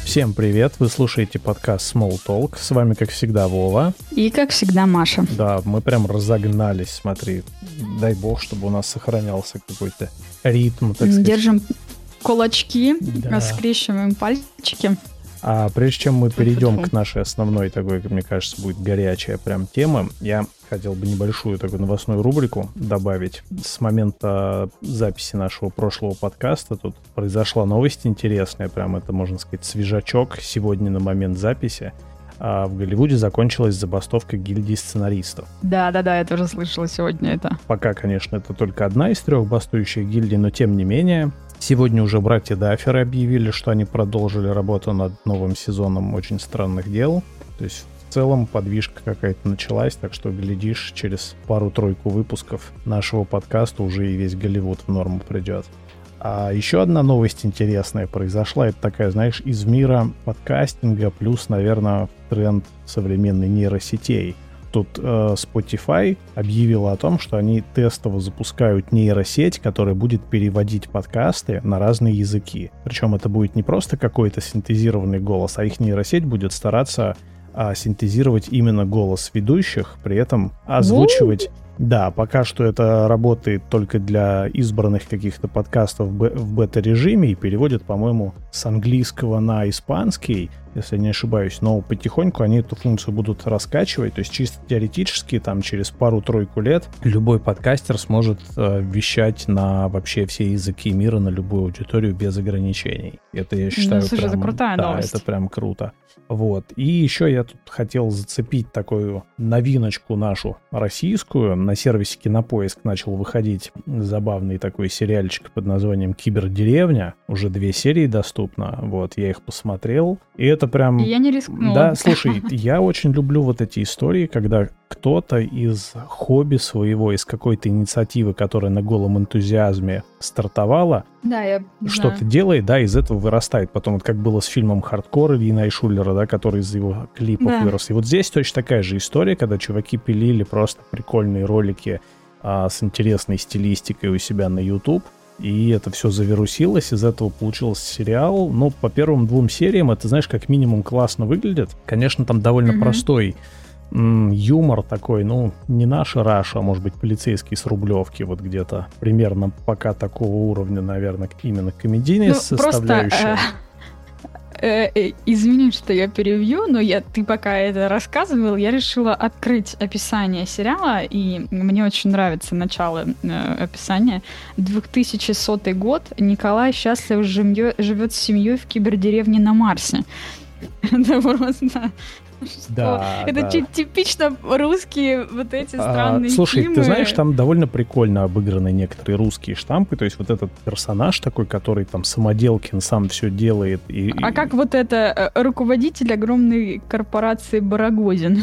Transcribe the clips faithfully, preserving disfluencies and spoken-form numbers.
Всем привет, вы слушаете подкаст Small Talk, с вами, как всегда, Вова. И, как всегда, Маша. Да, мы прям разогнались, смотри, дай бог, чтобы у нас сохранялся какой-то ритм, так сказать. Держим кулачки, да. Скрещиваем пальчики. А прежде чем мы перейдем к нашей основной такой, как мне кажется, будет горячая прям тема, я хотел бы небольшую такую новостную рубрику добавить. С момента записи нашего прошлого подкаста тут произошла новость интересная, прям это, можно сказать, свежачок. Сегодня на момент записи а в Голливуде закончилась забастовка гильдии сценаристов. Да-да-да, я тоже слышала сегодня это. Пока, конечно, это только одна из трех бастующих гильдий, но тем не менее... Сегодня уже братья Дафферы объявили, что они продолжили работу над новым сезоном «Очень странных дел». То есть в целом подвижка какая-то началась, так что, глядишь, через пару-тройку выпусков нашего подкаста уже и весь Голливуд в норму придет. А еще одна новость интересная произошла. Это такая, знаешь, из мира подкастинга плюс, наверное, тренд современной нейросетей. Тут э, Spotify объявила о том, что они тестово запускают нейросеть, которая будет переводить подкасты на разные языки. Причем это будет не просто какой-то синтезированный голос, а их нейросеть будет стараться э, синтезировать именно голос ведущих, при этом озвучивать... Да, пока что это работает только для избранных каких-то подкастов в бета-режиме и переводит, по-моему, с английского на испанский, если не ошибаюсь, но потихоньку они эту функцию будут раскачивать, то есть чисто теоретически там через пару-тройку лет любой подкастер сможет э, вещать на вообще все языки мира, на любую аудиторию без ограничений. Это, я считаю, ну, слушай, прям, это крутая да, новость. Это прям круто. Вот. И еще я тут хотел зацепить такую новиночку нашу российскую. На сервисе Кинопоиск начал выходить забавный такой сериальчик под названием «Кибердеревня». Уже две серии доступно. Вот, я их посмотрел. И это прям... Я не рискнула. Да, слушай, я очень люблю вот эти истории, когда кто-то из хобби своего, из какой-то инициативы, которая на голом энтузиазме стартовала, да, я что-то знаю. делает, да, из этого вырастает. Потом, вот как было с фильмом «Хардкор» Ильи Айшулера, да, который из его клипов да. вырос. И вот здесь точно такая же история, когда чуваки пилили просто прикольные ролики а, с интересной стилистикой у себя на YouTube. И это все завирусилось, из этого получился сериал. Но по первым двум сериям это, знаешь, как минимум классно выглядит. Конечно, там довольно mm-hmm. простой м- юмор такой, ну, не наша Раша, а может быть полицейский с Рублевки, вот где-то примерно пока такого уровня, наверное, именно комедийная ну, составляющая. Просто, э, э, извини, что я перебью, но я, ты пока это рассказывал, я решила открыть описание сериала, и мне очень нравится начало э, описания. две тысячи сотый год. Николай счастлив живё, живет с семьей в кибердеревне на Марсе. Это просто... Да, это да. типично русские вот эти странные а, слушай, фильмы. Ты знаешь, там довольно прикольно обыграны некоторые русские штампы, то есть вот этот персонаж такой, который там Самоделкин сам все делает. И, а и... как вот это руководитель огромной корпорации Барагозин?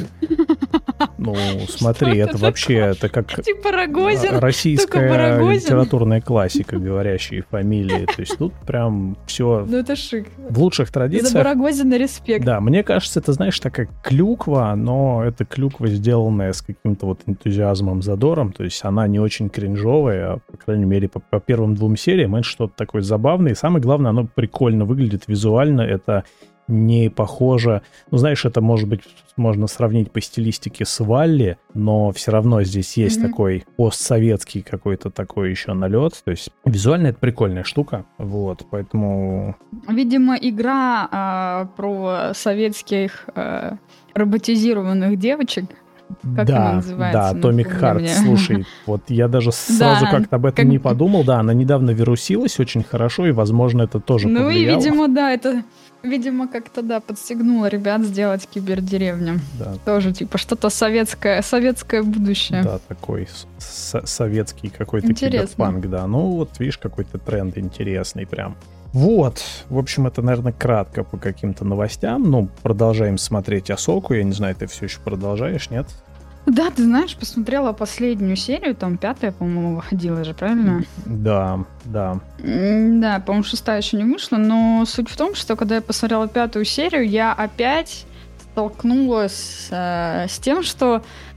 Ну, смотри, это вообще это как типа Рогозин, российская литературная классика, говорящие фамилии. То есть тут прям все ну, это шик. В лучших традициях. За Барагозина респект. Да, мне кажется, это, знаешь, такая клюква, но это клюква, сделанная с каким-то вот энтузиазмом, задором. То есть она не очень кринжовая, а, по крайней мере, по, по первым двум сериям это что-то такое забавное. И самое главное, оно прикольно выглядит визуально. Это не похоже... Ну, знаешь, это, может быть, можно сравнить по стилистике с Валли, но все равно здесь есть mm-hmm. такой постсоветский какой-то такой еще налет. То есть визуально это прикольная штука. Вот, поэтому... Видимо, игра э, про советских э, роботизированных девочек. Как да, она называется? да, Atomic Heart. Слушай, вот я даже сразу да, как-то об этом как... не подумал. Да, она недавно вирусилась очень хорошо, и, возможно, это тоже ну повлияло. Ну и, видимо, да, это, видимо, как-то, да, подстегнуло ребят сделать кибердеревню. Да. Тоже, типа, что-то советское, советское будущее. Да, такой с- советский какой-то киберпанк, да. Ну, вот, видишь, какой-то тренд интересный прям. Вот, в общем, это, наверное, кратко по каким-то новостям. Ну, продолжаем смотреть Асоку. Я не знаю, ты все еще продолжаешь, нет? Да, ты знаешь, посмотрела последнюю серию, там пятая, по-моему, выходила же, правильно? Да, да. Да, по-моему, шестая еще не вышла, но суть в том, что когда я посмотрела пятую серию, я опять столкнулась э, с тем, что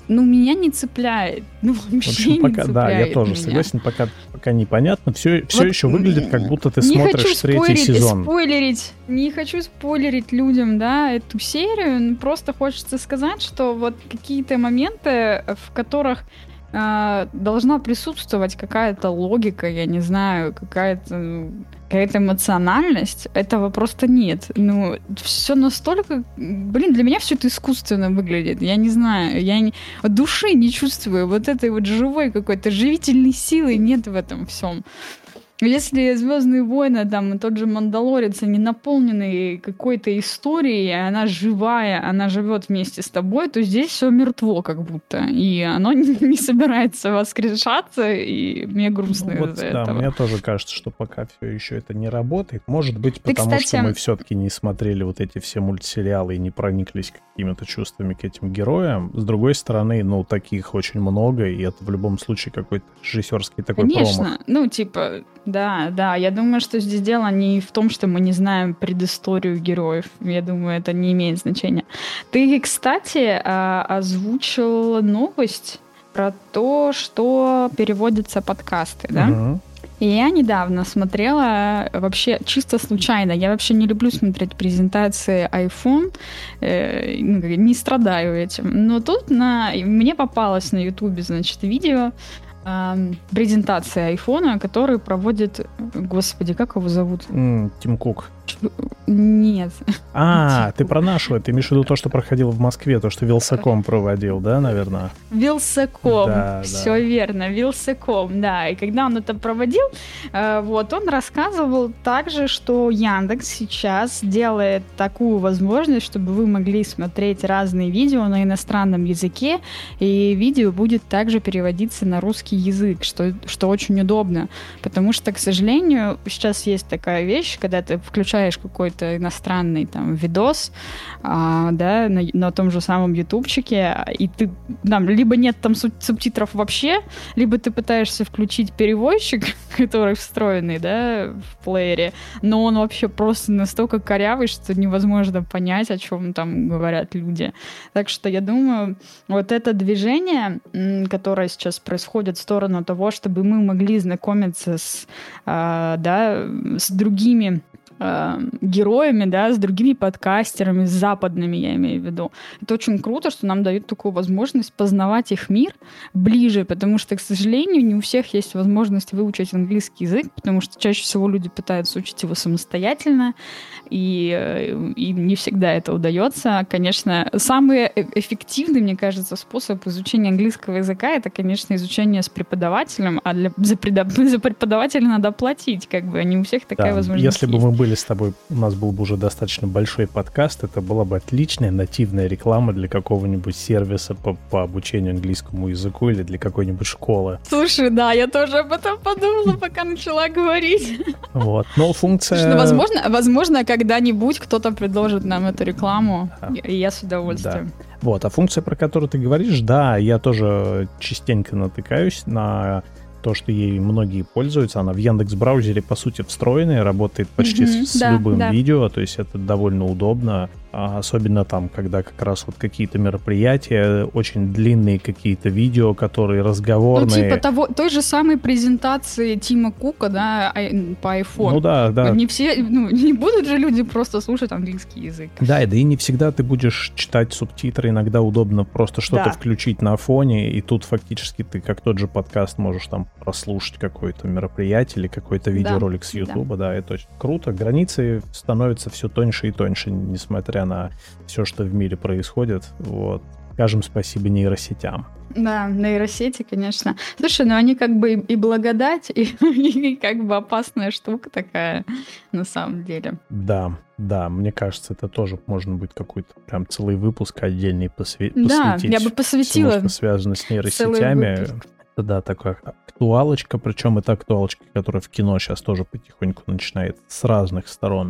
ну, меня не цепляет. Ну, вообще в общем, не пока, цепляет да, я тоже меня. согласен, пока, пока непонятно. Все, все Вот еще выглядит, как будто ты не смотришь хочу третий спойлерить, сезон. спойлерить, не хочу спойлерить людям, да, эту серию, но просто хочется сказать, что вот какие-то моменты, в которых э, должна присутствовать какая-то логика, я не знаю, какая-то какая-то эмоциональность, этого просто нет. Ну, все настолько... Блин, для меня все это искусственно выглядит. Я не знаю, я не... души не чувствую. Вот этой вот живой какой-то живительной силы нет в этом всем. Если «Звездные войны», там, тот же «Мандалорец», они наполнены какой-то историей, она живая, она живет вместе с тобой, то здесь все мертво как будто. И оно не собирается воскрешаться, и мне грустно Ну, вот, из-за да, этого. мне тоже кажется, что пока все еще это не работает. Может быть, Ты, потому кстати, что мы все-таки не смотрели вот эти все мультсериалы и не прониклись какими-то чувствами к этим героям. С другой стороны, ну, таких очень много, и это в любом случае какой-то режиссерский такой Конечно, промах. ну, типа, да, да, я думаю, что здесь дело не в том, что мы не знаем предысторию героев. Я думаю, это не имеет значения. Ты, кстати, озвучил новость про то, что переводятся подкасты, да? Угу. И я недавно смотрела, вообще чисто случайно, я вообще не люблю смотреть презентации iPhone, э, не страдаю этим, но тут на, мне попалось на Ютубе, значит, видео, э, презентация айфона, который проводит, господи, как его зовут? Mm, Тим Кук. Нет. А, ты про нашу, ты имеешь в виду то, что проходило в Москве, то, что Вилсаком проводил, да, наверное? Вилсаком, да, все да. верно, Вилсаком, да. И когда он это проводил, вот, он рассказывал также, что Яндекс сейчас делает такую возможность, чтобы вы могли смотреть разные видео на иностранном языке, и видео будет также переводиться на русский язык, что, что очень удобно, потому что, к сожалению, сейчас есть такая вещь, когда ты включаешь какой-то иностранный там видос, а, да, на, на том же самом ютубчике, и ты, там, либо нет там субтитров вообще, либо ты пытаешься включить переводчик, который встроенный, да, в плеере, но он вообще просто настолько корявый, что невозможно понять, о чем там говорят люди. Так что я думаю, вот это движение, которое сейчас происходит в сторону того, чтобы мы могли знакомиться с, а, да, с другими героями, да, с другими подкастерами, с западными, я имею в виду. Это очень круто, что нам дают такую возможность познавать их мир ближе, потому что, к сожалению, не у всех есть возможность выучить английский язык, потому что чаще всего люди пытаются учить его самостоятельно, и им не всегда это удается. Конечно, самый эффективный, мне кажется, способ изучения английского языка — это, конечно, изучение с преподавателем, а для, за, предо, за преподавателя надо платить, как бы, не у всех такая да, возможность если есть. бы мы были с тобой, у нас был бы уже достаточно большой подкаст, это была бы отличная нативная реклама для какого-нибудь сервиса по, по обучению английскому языку или для какой-нибудь школы. Слушай, да, я тоже об этом подумала, пока начала говорить. Вот, но функция... Слушай, ну, возможно, возможно, когда-нибудь кто-то предложит нам эту рекламу, да. И я с удовольствием. Да. Вот, а функция, про которую ты говоришь, да, я тоже частенько натыкаюсь на... то, что ей многие пользуются, она в Яндекс.Браузере, по сути, встроенная, работает почти mm-hmm, с, с да, любым да. видео, то есть это довольно удобно, а особенно там, когда как раз вот какие-то мероприятия, очень длинные какие-то видео, которые разговорные. Ну, типа того, той же самой презентации Тима Кука, да, по iPhone. Ну да, да. Не все, ну, не будут же люди просто слушать английский язык. Да, да и не всегда ты будешь читать субтитры, иногда удобно просто что-то да. включить на фоне, и тут фактически ты, как тот же подкаст, можешь там прослушать какое-то мероприятие или какой-то видеоролик да, с Ютуба, да. да, это очень круто. Границы становятся все тоньше и тоньше, несмотря на все, что в мире происходит. Вот. Скажем спасибо нейросетям. Да, нейросети, конечно. Слушай, ну они как бы и благодать, и, и как бы опасная штука такая, на самом деле. Да, да, мне кажется, это тоже можно будет какой-то прям целый выпуск отдельный посвя- да, посвятить. Я бы посвятила всему, что связано с нейросетями. Да, такая актуалочка, причем это актуалочка, которая в кино сейчас тоже потихоньку начинает с разных сторон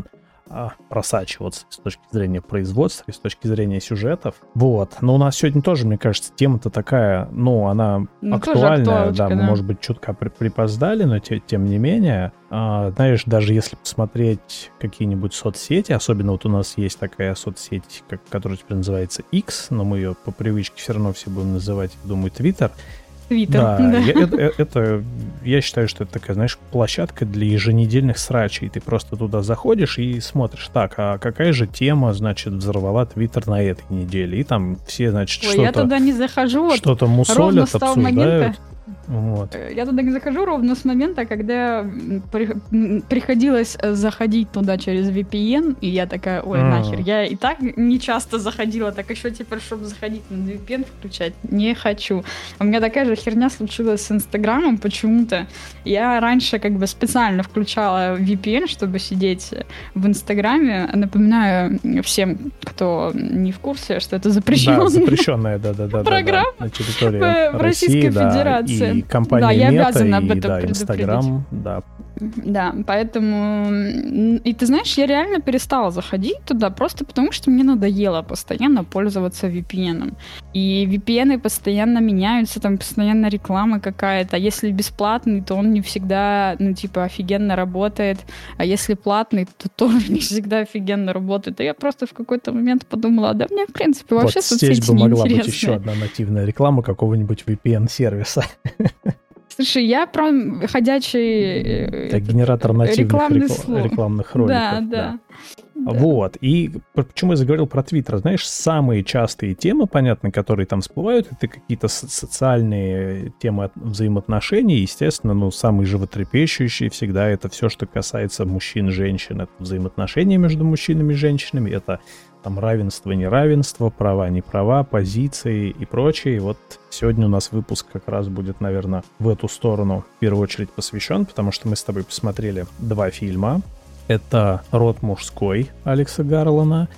а, просачиваться с точки зрения производства и с точки зрения сюжетов. Вот. Но у нас сегодня тоже, мне кажется, тема-то такая, ну, она Ну, актуальная, да, мы, да. может быть, чутка при- припоздали, но те- тем не менее, а, знаешь, даже если посмотреть какие-нибудь соцсети, особенно вот у нас есть такая соцсеть, как, которая теперь называется X, но мы ее по привычке все равно все будем называть, думаю, Twitter. Твиттер, Да, да. я, это, это, я считаю, что это такая, знаешь, площадка для еженедельных срачей. Ты просто туда заходишь и смотришь, так, а какая же тема, значит, взорвала Твиттер на этой неделе? И там все, значит, Ой, что-то, я туда не захожу, вот что-то ровно мусолят, с того обсуждают. момента. Вот. Э, Я туда не захожу ровно с момента, когда м, при- м, приходилось э, заходить туда через ви пи эн, и я такая, ой, М. нахер, я и так не часто заходила, так еще теперь, чтобы заходить на ви пи эн включать, не хочу. У меня такая же херня случилась с Инстаграмом почему-то. Я раньше как бы специально включала ви пи эн, чтобы сидеть в Инстаграме. Напоминаю всем, кто не в курсе, что это запрещено. Да, запрещенная, да-да-да, Программа на территории в- в России, Российской да, Федерации. и компания Да, я Мета, обязана об и, этом да, предупредить. Инстаграм, да. Да, поэтому... м, И ты знаешь, я реально перестала заходить туда просто потому, что мне надоело постоянно пользоваться ви пи эн. И ви пи эн постоянно меняются, там постоянно реклама какая-то. А если бесплатный, то он не всегда, ну, типа, офигенно работает. А если платный, то тоже не всегда офигенно работает. И я просто в какой-то момент подумала, да мне, в принципе, вообще Вот здесь соцсети бы могла быть неинтересны. еще одна нативная реклама какого-нибудь ви пи эн-сервиса. Слушай, я про ходячий э, Так, этот, генератор нативных рекламный рекла- слов. рекламных роликов. Да, да. Да. Вот. И п- почему я заговорил про Твиттер? Знаешь, самые частые темы, понятно, которые там всплывают, это какие-то со- социальные темы от- взаимоотношений. Естественно, ну, самые животрепещущие всегда это все, что касается мужчин и женщин. Это взаимоотношения между мужчинами и женщинами, это там равенство, неравенство, права, не права, позиции и прочее. И вот сегодня у нас выпуск как раз будет, наверное, в эту сторону в первую очередь посвящен, потому что мы с тобой посмотрели два фильма. Это «Род мужской» Алекса Гарлана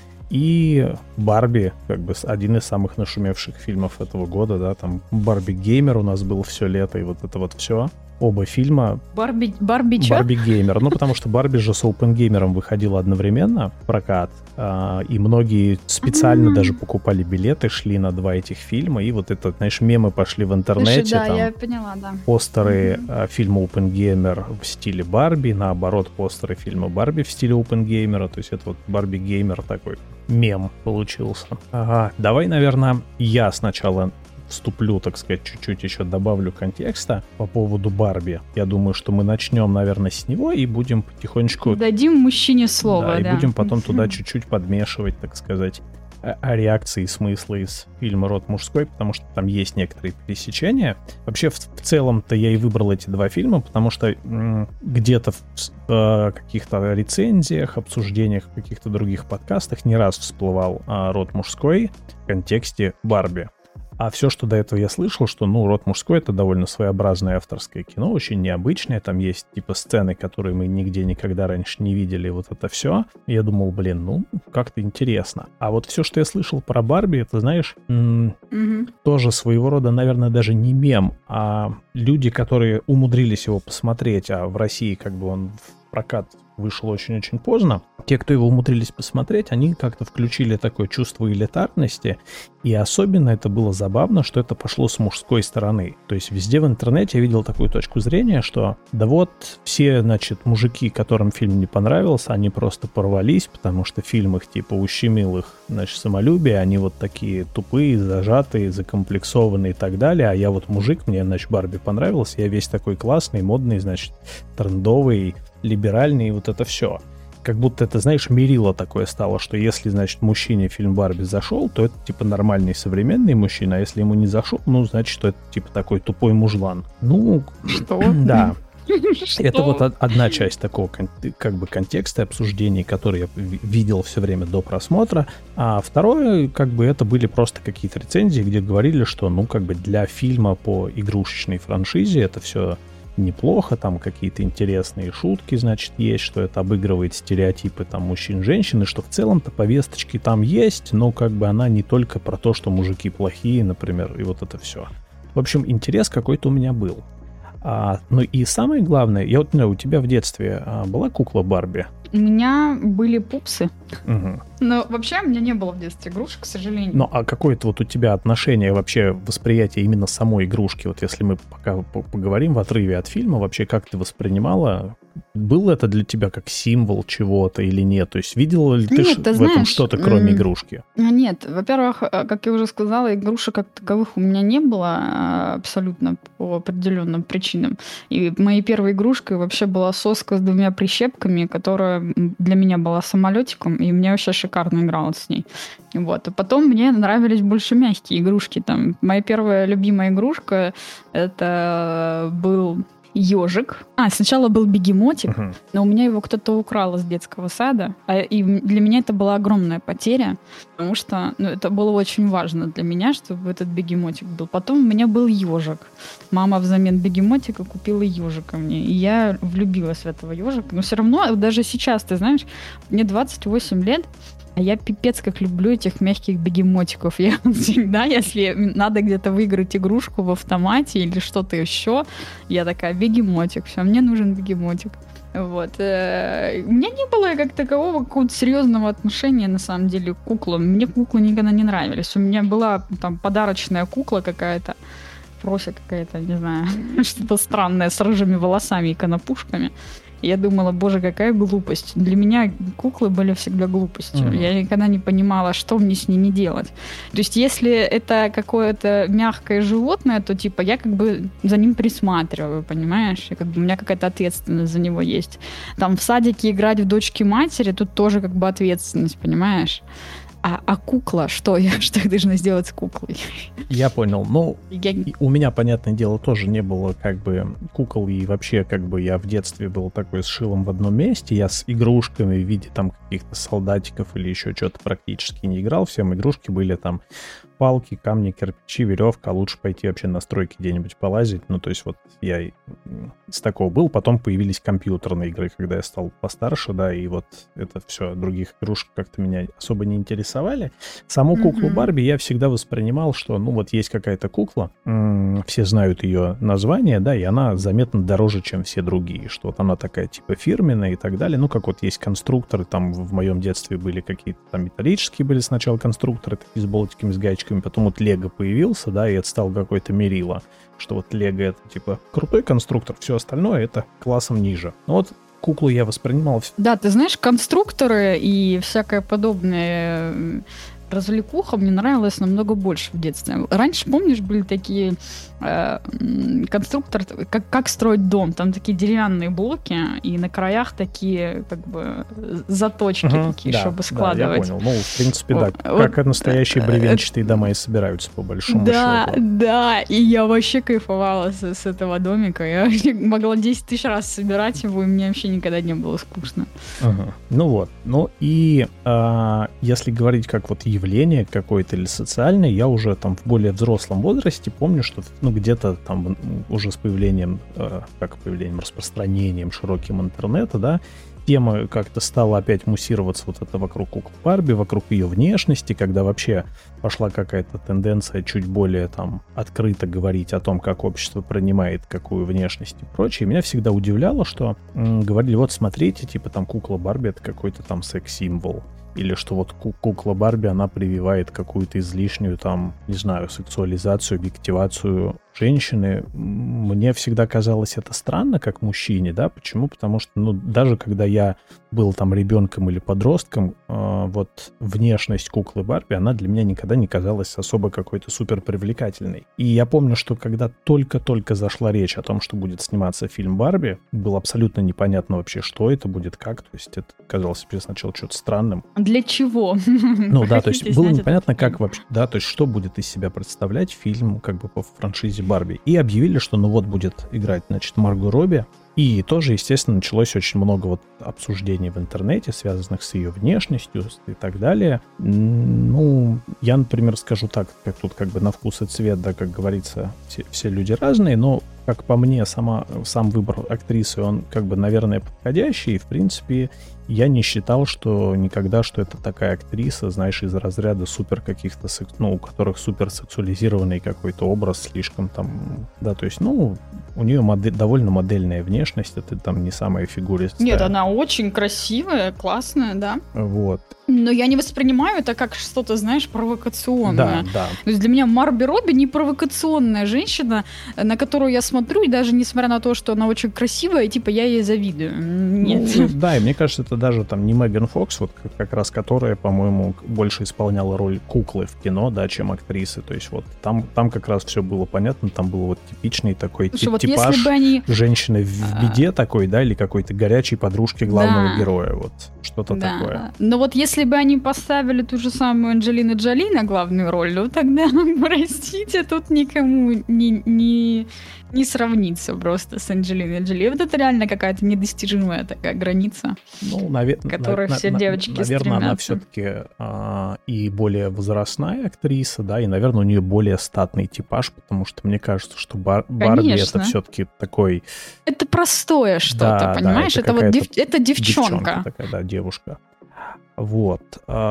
и «Барби», как бы один из самых нашумевших фильмов этого года, да, там «Барби Геймер» у нас был все лето, и вот это вот все. Оба фильма Барби, Барби чё? Барби Геймер. Ну, потому что Барби же с Опенгеймером выходила одновременно в прокат, а, и многие специально А. даже покупали билеты, шли на два этих фильма, и вот это, знаешь, мемы пошли в интернете, Слушай, да, там я поняла, да. постеры Мгм. а, фильма Опенгеймер в стиле Барби, наоборот, постеры фильма Барби в стиле Опенгеймера, то есть это вот Барби Геймер такой мем получился. Ага, давай, наверное, я сначала вступлю, так сказать, чуть-чуть еще добавлю контекста по поводу Барби. Я думаю, что мы начнем, наверное, с него и будем потихонечку... Дадим мужчине слово, да, да. и будем потом туда чуть-чуть подмешивать, так сказать, о- о реакции и смыслы из фильма «Род мужской», потому что там есть некоторые пересечения. Вообще, в, в целом-то я и выбрал эти два фильма, потому что м, где-то в, с- э, каких-то рецензиях, обсуждениях, в каких-то других подкастах не раз всплывал а, «Род мужской» в контексте Барби. А все, что до этого я слышал, что, ну, «Род мужской» — это довольно своеобразное авторское кино, очень необычное. Там есть, типа, сцены, которые мы нигде никогда раньше не видели, вот это все. Я думал, блин, ну, как-то интересно. А вот все, что я слышал про Барби, это, знаешь, м- Мгм. тоже своего рода, наверное, даже не мем, а люди, которые умудрились его посмотреть, а в России как бы он в прокат вышел очень-очень поздно. Те, кто его умудрились посмотреть, они как-то включили такое чувство элитарности, и особенно это было забавно, что это пошло с мужской стороны. То есть везде в интернете я видел такую точку зрения, что да вот все, значит, мужики, которым фильм не понравился, они просто порвались, потому что фильм их типа ущемил их, значит, самолюбие, они вот такие тупые, зажатые, закомплексованные и так далее, а я вот мужик, мне, значит, Барби понравился, я весь такой классный, модный, значит, трендовый, либеральный, и вот это все. Как будто это, знаешь, мерило такое стало, что если, значит, мужчине фильм «Барби» зашел, то это, типа, нормальный современный мужчина, а если ему не зашел, ну, значит, что это, типа, такой тупой мужлан. Ну, Что? да. Что? Это вот од- одна часть такого кон- как бы контекста обсуждений, который я ви- видел все время до просмотра. А второе, как бы это были просто какие-то рецензии, где говорили, что, ну, как бы для фильма по игрушечной франшизе это все неплохо, там какие-то интересные шутки, значит, есть, что это обыгрывает стереотипы там мужчин-женщин, и что в целом-то повесточки там есть, но как бы она не только про то, что мужики плохие, например, и вот это все. В общем, интерес какой-то у меня был. А, ну и самое главное, я вот не знаю, у тебя в детстве а, была кукла Барби? У меня были пупсы. Угу. Но вообще у меня не было в детстве игрушек, к сожалению. Ну, а какое-то вот у тебя отношение, вообще восприятие именно самой игрушки? Вот если мы пока поговорим в отрыве от фильма, вообще как ты воспринимала? Было это для тебя как символ чего-то или нет? То есть видела ли ты, нет, ты в знаешь, этом что-то, кроме м- игрушки? Нет, во-первых, как я уже сказала, игрушек как таковых у меня не было абсолютно по определенным причинам. И моей первой игрушкой вообще была соска с двумя прищепками, которая для меня была самолетиком, и мне вообще шикарно играла с ней. Вот. А потом мне нравились больше мягкие игрушки. Там, моя первая любимая игрушка это был ежик. А, сначала был бегемотик, uh-huh. но у меня его кто-то украл из детского сада. А, и для меня это была огромная потеря, потому что ну, это было очень важно для меня, чтобы этот бегемотик был. Потом у меня был ежик. Мама взамен бегемотика купила ежика мне. И я влюбилась в этого ежика. Но все равно, даже сейчас, ты знаешь, мне двадцать восемь лет, а я пипец как люблю этих мягких бегемотиков. Я всегда, если надо где-то выиграть игрушку в автомате или что-то еще, я такая, бегемотик, все, мне нужен бегемотик. Вот. У меня не было как такового какого-то серьезного отношения, на самом деле, к куклам. Мне куклы никогда не нравились. У меня была там подарочная кукла какая-то, Фрося какая-то, не знаю, что-то странное с рыжими волосами и конопушками. Я думала, боже, какая глупость. Для меня куклы были всегда глупостью. Mm-hmm. Я никогда не понимала, что мне с ними делать. То есть, если это какое-то мягкое животное, то, типа, я как бы за ним присматриваю, понимаешь? И как бы у меня какая-то ответственность за него есть. Там в садике играть в дочки матери, тут тоже как бы ответственность, понимаешь? А, а кукла, что я, что я должна сделать с куклой? Я понял. Ну, я... у меня, понятное дело, тоже не было как бы кукол, и вообще как бы я в детстве был такой с шилом в одном месте, я с игрушками в виде там каких-то солдатиков или еще что-то практически не играл, всем игрушки были там палки, камни, кирпичи, веревка, а лучше пойти вообще на стройки где-нибудь полазить. Ну, то есть вот я с такого был, потом появились компьютерные игры, когда я стал постарше, да, и вот это все, других игрушек как-то меня особо не интересовали. Саму куклу mm-hmm. Барби я всегда воспринимал, что, ну, вот есть какая-то кукла, м- все знают ее название, да, и она заметно дороже, чем все другие, что вот она такая типа фирменная и так далее. Ну, как вот есть конструкторы, там в моем детстве были какие-то там металлические были сначала конструкторы, такие с болтиками, с гаечками, потом вот Лего появился, да, и это стал какой-то мерило, что вот Лего это типа крутой конструктор, все остальное это классом ниже. Но вот куклу я воспринимал... Да, ты знаешь, конструкторы и всякое подобное развлекуха мне нравилось намного больше в детстве. Раньше, помнишь, были такие э, конструкторы, как, как строить дом. Там такие деревянные блоки, и на краях такие как бы заточки угу, такие, да, чтобы складывать. Да, я понял. Ну, в принципе, да. Вот, как настоящие бревенчатые дома и собираются, по большому да, счету. Да, да. И я вообще кайфовала с, с этого домика. Я могла десять тысяч раз собирать его, и мне вообще никогда не было скучно. Угу. Ну вот. Ну и э, если говорить как вот явление какое-то или социальное, я уже там в более взрослом возрасте помню, что ну где-то там уже с появлением, э, как появлением, распространением широким интернета, да, тема как-то стала опять муссироваться вот это вокруг куклы Барби, вокруг ее внешности, когда вообще пошла какая-то тенденция чуть более там открыто говорить о том, как общество принимает какую внешность и прочее. Меня всегда удивляло, что м, говорили, вот смотрите, типа там кукла Барби это какой-то там секс-символ. Или что вот кукла Барби, она прививает какую-то излишнюю там, не знаю, сексуализацию, объективацию женщины. Мне всегда казалось это странно, как мужчине, да, почему? Потому что, ну, даже когда я был там ребенком или подростком, э, вот внешность куклы Барби, она для меня никогда не казалась особо какой-то супер привлекательной. И я помню, что когда только-только зашла речь о том, что будет сниматься фильм Барби, было абсолютно непонятно вообще, что это будет, как, то есть это казалось мне сначала что-то странным. Для чего? Ну да, то есть было непонятно, как вообще, да, то есть что будет из себя представлять фильм как бы по франшизе Барби. И объявили, что ну вот будет играть, значит, Марго Робби. И тоже, естественно, началось очень много вот обсуждений в интернете, связанных с ее внешностью и так далее. Ну, я, например, скажу так, как тут как бы на вкус и цвет, да, как говорится, все, все люди разные, но как по мне, сама, сам выбор актрисы, он как бы, наверное, подходящий. И, в принципе, я не считал, что никогда, что это такая актриса, знаешь, из разряда супер каких-то, секс... ну, у которых супер сексуализированный какой-то образ, слишком там, да, то есть, ну, у нее модель, довольно модельная внешность, это там не самая фигуристая. Нет, она очень красивая, классная, да. Вот. Но я не воспринимаю это как что-то, знаешь, провокационное. Да, да. То есть для меня Марби Робби не провокационная женщина, на которую я смотрю, и даже несмотря на то, что она очень красивая, типа я ей завидую. Нет. Ну, да, и мне кажется, это даже там не Меган Фокс, вот как, как раз которая, по-моему, больше исполняла роль куклы в кино, да, чем актрисы. То есть вот там, там как раз все было понятно, там был вот типичный такой Слушай, тип, вот типаж если бы они... женщины в беде такой, да, или какой-то горячей подружки главного Да. героя, вот что-то Да. такое. Но вот если бы они поставили ту же самую Анджелину Джоли на главную роль, ну тогда, простите, тут никому не, не, не сравнится просто с Анджелиной Джоли. Вот это реально какая-то недостижимая такая граница, Ну, наве- которой на- все на- девочки наверное, она стремятся. все-таки а, и более возрастная актриса, да, и, наверное, у нее более статный типаж, потому что мне кажется, что Бар- Барби Конечно. это все-таки такой... Это простое что-то, Да, да, понимаешь? это это вот какая-то дев- это девчонка. такая, да, девушка. Вот.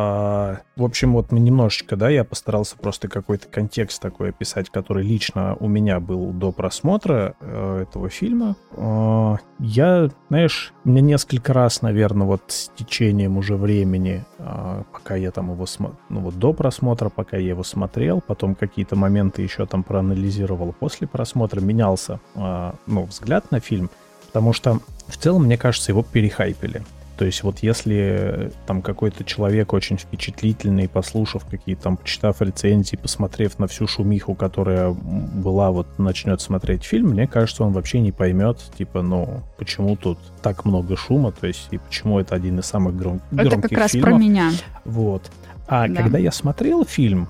А, в общем, вот мы немножечко, да, я постарался просто какой-то контекст такой описать, который лично у меня был до просмотра э, этого фильма. А, я, знаешь, мне несколько раз, наверное, вот с течением уже времени, а, пока я там его смотрел, ну вот до просмотра, пока я его смотрел, потом какие-то моменты еще там проанализировал после просмотра, менялся, а, ну, взгляд на фильм, потому что в целом, мне кажется, его перехайпили. То есть вот если там какой-то человек очень впечатлительный, послушав какие-то там, почитав рецензии, посмотрев на всю шумиху, которая была, вот начнет смотреть фильм, мне кажется, он вообще не поймет, типа, ну, почему тут так много шума, то есть и почему это один из самых гром- громких фильмов. Это как раз про меня. Вот. А Да. когда я смотрел фильм,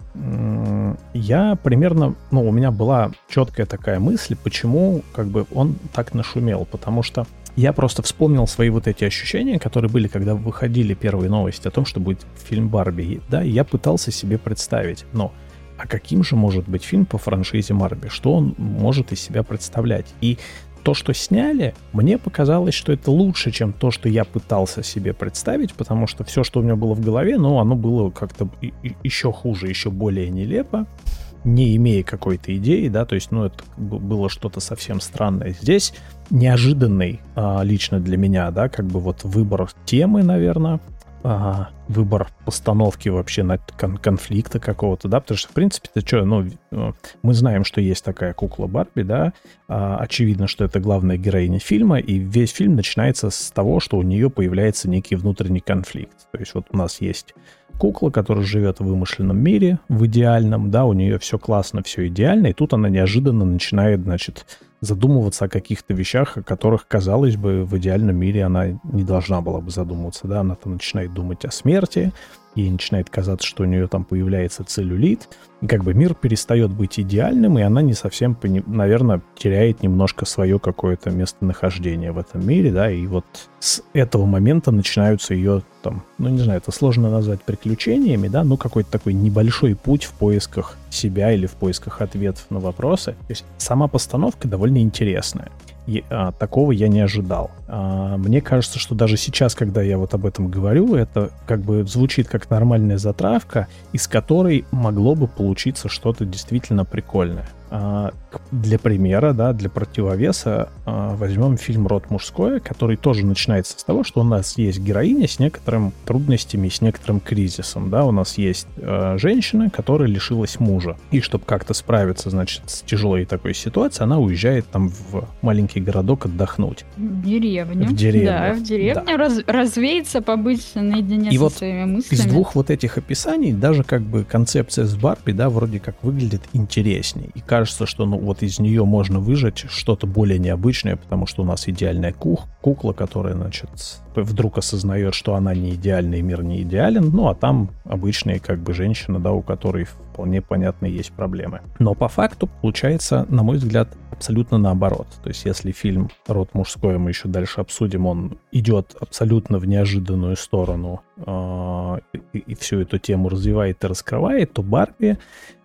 м, я примерно, ну, у меня была четкая такая мысль, почему как бы он так нашумел, потому что я просто вспомнил свои вот эти ощущения, которые были, когда выходили первые новости о том, что будет фильм «Барби». Да, и я пытался себе представить, но а каким же может быть фильм по франшизе «Барби»? Что он может из себя представлять? И то, что сняли, мне показалось, что это лучше, чем то, что я пытался себе представить, потому что все, что у меня было в голове, ну, оно было как-то и- и- еще хуже, еще более нелепо, не имея какой-то идеи, да, то есть, ну, это б- было что-то совсем странное. Здесь неожиданный а, лично для меня, да, как бы вот выбор темы, наверное, а, выбор постановки вообще на кон- конфликта какого-то, да, потому что, в принципе, ты что, ну, э, мы знаем, что есть такая кукла Барби, да, а, очевидно, что это главная героиня фильма, и весь фильм начинается с того, что у нее появляется некий внутренний конфликт. То есть вот у нас есть кукла, которая живет в вымышленном мире, в идеальном, да, у нее все классно, все идеально, и тут она неожиданно начинает, значит, задумываться о каких-то вещах, о которых, казалось бы, в идеальном мире она не должна была бы задумываться, да, она там начинает думать о смерти, ей начинает казаться, что у нее там появляется целлюлит, и как бы мир перестает быть идеальным, и она не совсем, наверное, теряет немножко свое какое-то местонахождение в этом мире, да, и вот с этого момента начинаются ее там, ну, не знаю, это сложно назвать приключениями, да, ну, какой-то такой небольшой путь в поисках себя или в поисках ответов на вопросы. То есть сама постановка довольно интересная. И, а, такого я не ожидал. А, мне кажется, что даже сейчас, когда я вот об этом говорю, это как бы звучит как нормальная затравка, из которой могло бы получиться что-то действительно прикольное. А, для примера, да, для противовеса а, возьмем фильм «Род мужское», который тоже начинается с того, что у нас есть героиня с некоторыми трудностями, с некоторым кризисом, да, у нас есть а, женщина, которая лишилась мужа, и чтобы как-то справиться, значит, с тяжелой такой ситуацией, она уезжает там в маленький городок отдохнуть. В деревню. В деревню. Да, в деревню Да. Раз, развеяться, побыть наедине И со вот своими мыслями. Из двух вот этих описаний даже как бы концепция с Барби, да, вроде как выглядит интересней. И кажется, что ну вот из нее можно выжать что-то более необычное, потому что у нас идеальная кух, кукла, которая, значит, вдруг осознает, что она не идеальна и мир не идеален, ну а там обычная как бы женщина, да, у которой вполне понятно есть проблемы. Но по факту получается, на мой взгляд, абсолютно наоборот. То есть если фильм «Род мужской» мы еще дальше обсудим, он идет абсолютно в неожиданную сторону э, и, и всю эту тему развивает и раскрывает, то Барби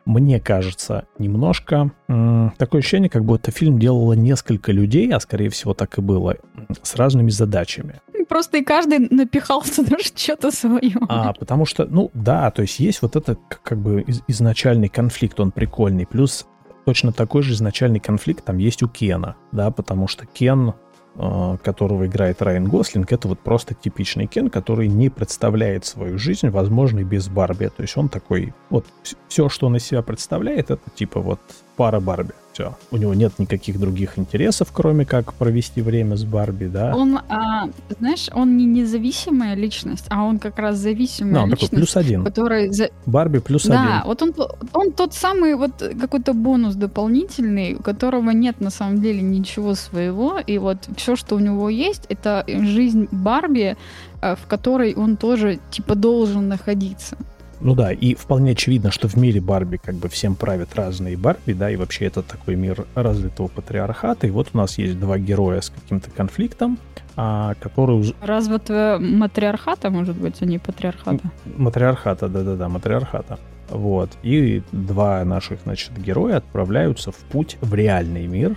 мне кажется, немножко м- такое ощущение, как будто фильм делало несколько людей, а скорее всего так и было, с разными задачами. Просто и каждый напихал туда что-то свое. А, потому что, ну да, то есть есть вот этот как бы из- изначальный конфликт, он прикольный, плюс точно такой же изначальный конфликт там есть у Кена, да, потому что Кен, э, которого играет Райан Гослинг, это вот просто типичный Кен, который не представляет свою жизнь возможной без Барби. То есть он такой, вот все, что он из себя представляет, это типа вот пара Барби. Все. У него нет никаких других интересов, кроме как провести время с Барби, да. Он, а, знаешь, он не независимая личность, а он как раз зависимая Да, он личность. такой плюс один. Который за... Барби плюс да, один. Да, вот он, он тот самый вот какой-то бонус дополнительный, у которого нет на самом деле ничего своего, и вот все, что у него есть, это жизнь Барби, в которой он тоже типа должен находиться. Ну да, и вполне очевидно, что в мире Барби как бы всем правят разные Барби, да, и вообще это такой мир развитого патриархата, и вот у нас есть два героя с каким-то конфликтом, а, которые уже... Развитого матриархата, может быть, а не патриархата? Матриархата, да-да-да, матриархата. Вот, и два наших, значит, героя отправляются в путь в реальный мир,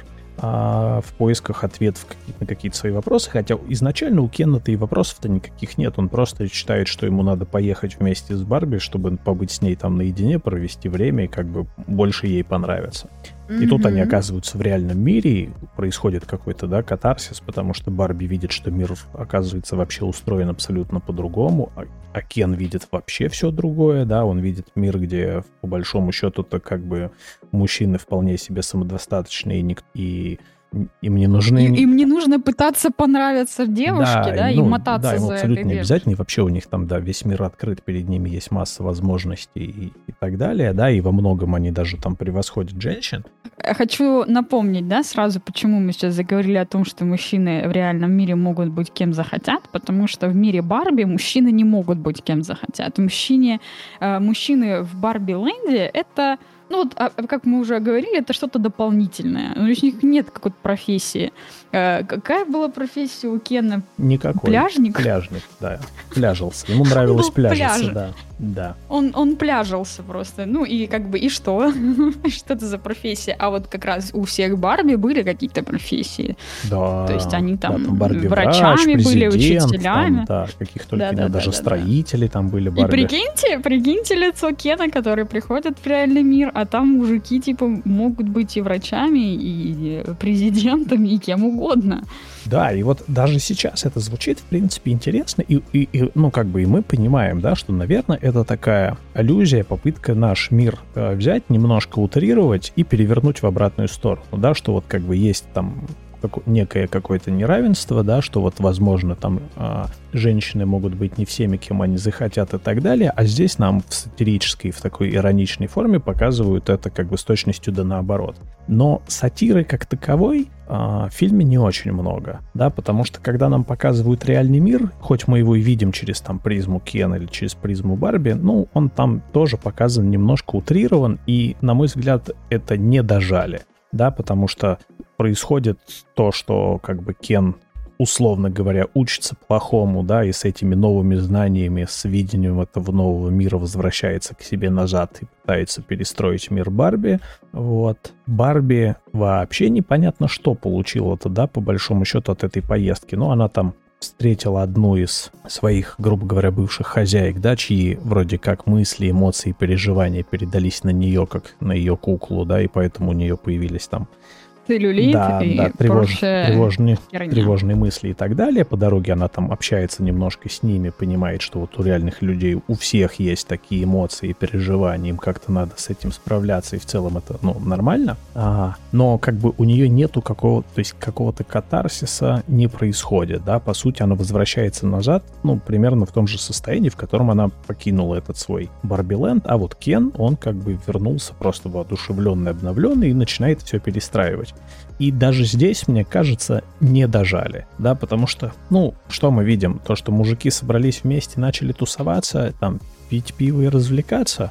а, в поисках ответов на какие-то свои вопросы, хотя изначально у Кена-то и вопросов-то никаких нет, он просто считает, что ему надо поехать вместе с Барби, чтобы побыть с ней там наедине, провести время и как бы больше ей понравится. И mm-hmm. тут они оказываются в реальном мире, и происходит какой-то, да, катарсис, потому что Барби видит, что мир, оказывается, вообще устроен абсолютно по-другому, а, а Кен видит вообще все другое, да, он видит мир, где, по большому счету-то, как бы мужчины вполне себе самодостаточные, и, и им не нужны... Им, им не нужно пытаться понравиться девушке, да, да ну, и мотаться да, им за абсолютно этой не обязательно, и вообще у них там, да, весь мир открыт, перед ними есть масса возможностей и, и так далее, да, и во многом они даже там превосходят женщин. Хочу напомнить, да, сразу, почему мы сейчас заговорили о том, что мужчины в реальном мире могут быть кем захотят, потому что в мире Барби мужчины не могут быть кем захотят. Мужчине, э, мужчины в Барби-ленде — это... Ну вот, а, как мы уже говорили, это что-то дополнительное. У них нет какой-то профессии. Э, какая была профессия у Кена? Никакой. Пляжник? Пляжник, да. Пляжился. Ему нравилось пляжиться, да. Да. Он, он пляжился просто. Ну и как бы, и что? Что это за профессия? А вот как раз у всех Барби были какие-то профессии. Да. То есть они там, да, там Барби врачами врач, были, там, учителями. да, каких только да, нет, да, даже да, строители да. там были Барби. И прикиньте, прикиньте лицо Кена, который приходит в реальный мир, а там мужики типа могут быть и врачами, и президентами, и кем угодно. Да, и вот даже сейчас это звучит, в принципе, интересно, и, и, и ну, как бы и мы понимаем, да, что, наверное, это такая аллюзия, попытка наш мир э, взять, немножко утрировать и перевернуть в обратную сторону, да, что вот как бы есть там как, некое какое-то неравенство, да, что вот, возможно, там э, женщины могут быть не всеми, кем они захотят и так далее, а здесь нам в сатирической, в такой ироничной форме показывают это как бы с точностью да наоборот. Но сатиры как таковой э, в фильме не очень много, да, потому что когда нам показывают реальный мир, хоть мы его и видим через там призму Кена или через призму Барби, ну, он там тоже показан немножко утрирован, и, на мой взгляд, это не дожали, да, потому что происходит то, что как бы Кен, условно говоря, учится плохому, да, и с этими новыми знаниями, с видением этого нового мира возвращается к себе назад и пытается перестроить мир Барби. Вот. Барби вообще непонятно, что получила-то, да, по большому счету от этой поездки. Ну, она там встретила одну из своих, грубо говоря, бывших хозяек, да, чьи вроде как мысли, эмоции, переживания передались на нее, как на ее куклу, да, и поэтому у нее появились там целлюлит да, и да, тревож, тревожные, херня. тревожные мысли и так далее. По дороге она там общается немножко с ними, понимает, что вот у реальных людей у всех есть такие эмоции и переживания, им как-то надо с этим справляться, и в целом это, ну, нормально. А, но как бы у нее нету какого-то, то есть какого-то катарсиса не происходит, да, по сути она возвращается назад, ну, примерно в том же состоянии, в котором она покинула этот свой Барби-ленд, а вот Кен, он как бы вернулся просто воодушевленный, обновленный и начинает все перестраивать. И даже здесь, мне кажется, не дожали, да, потому что, ну, что мы видим? То, что мужики собрались вместе, начали тусоваться, там, пить пиво и развлекаться,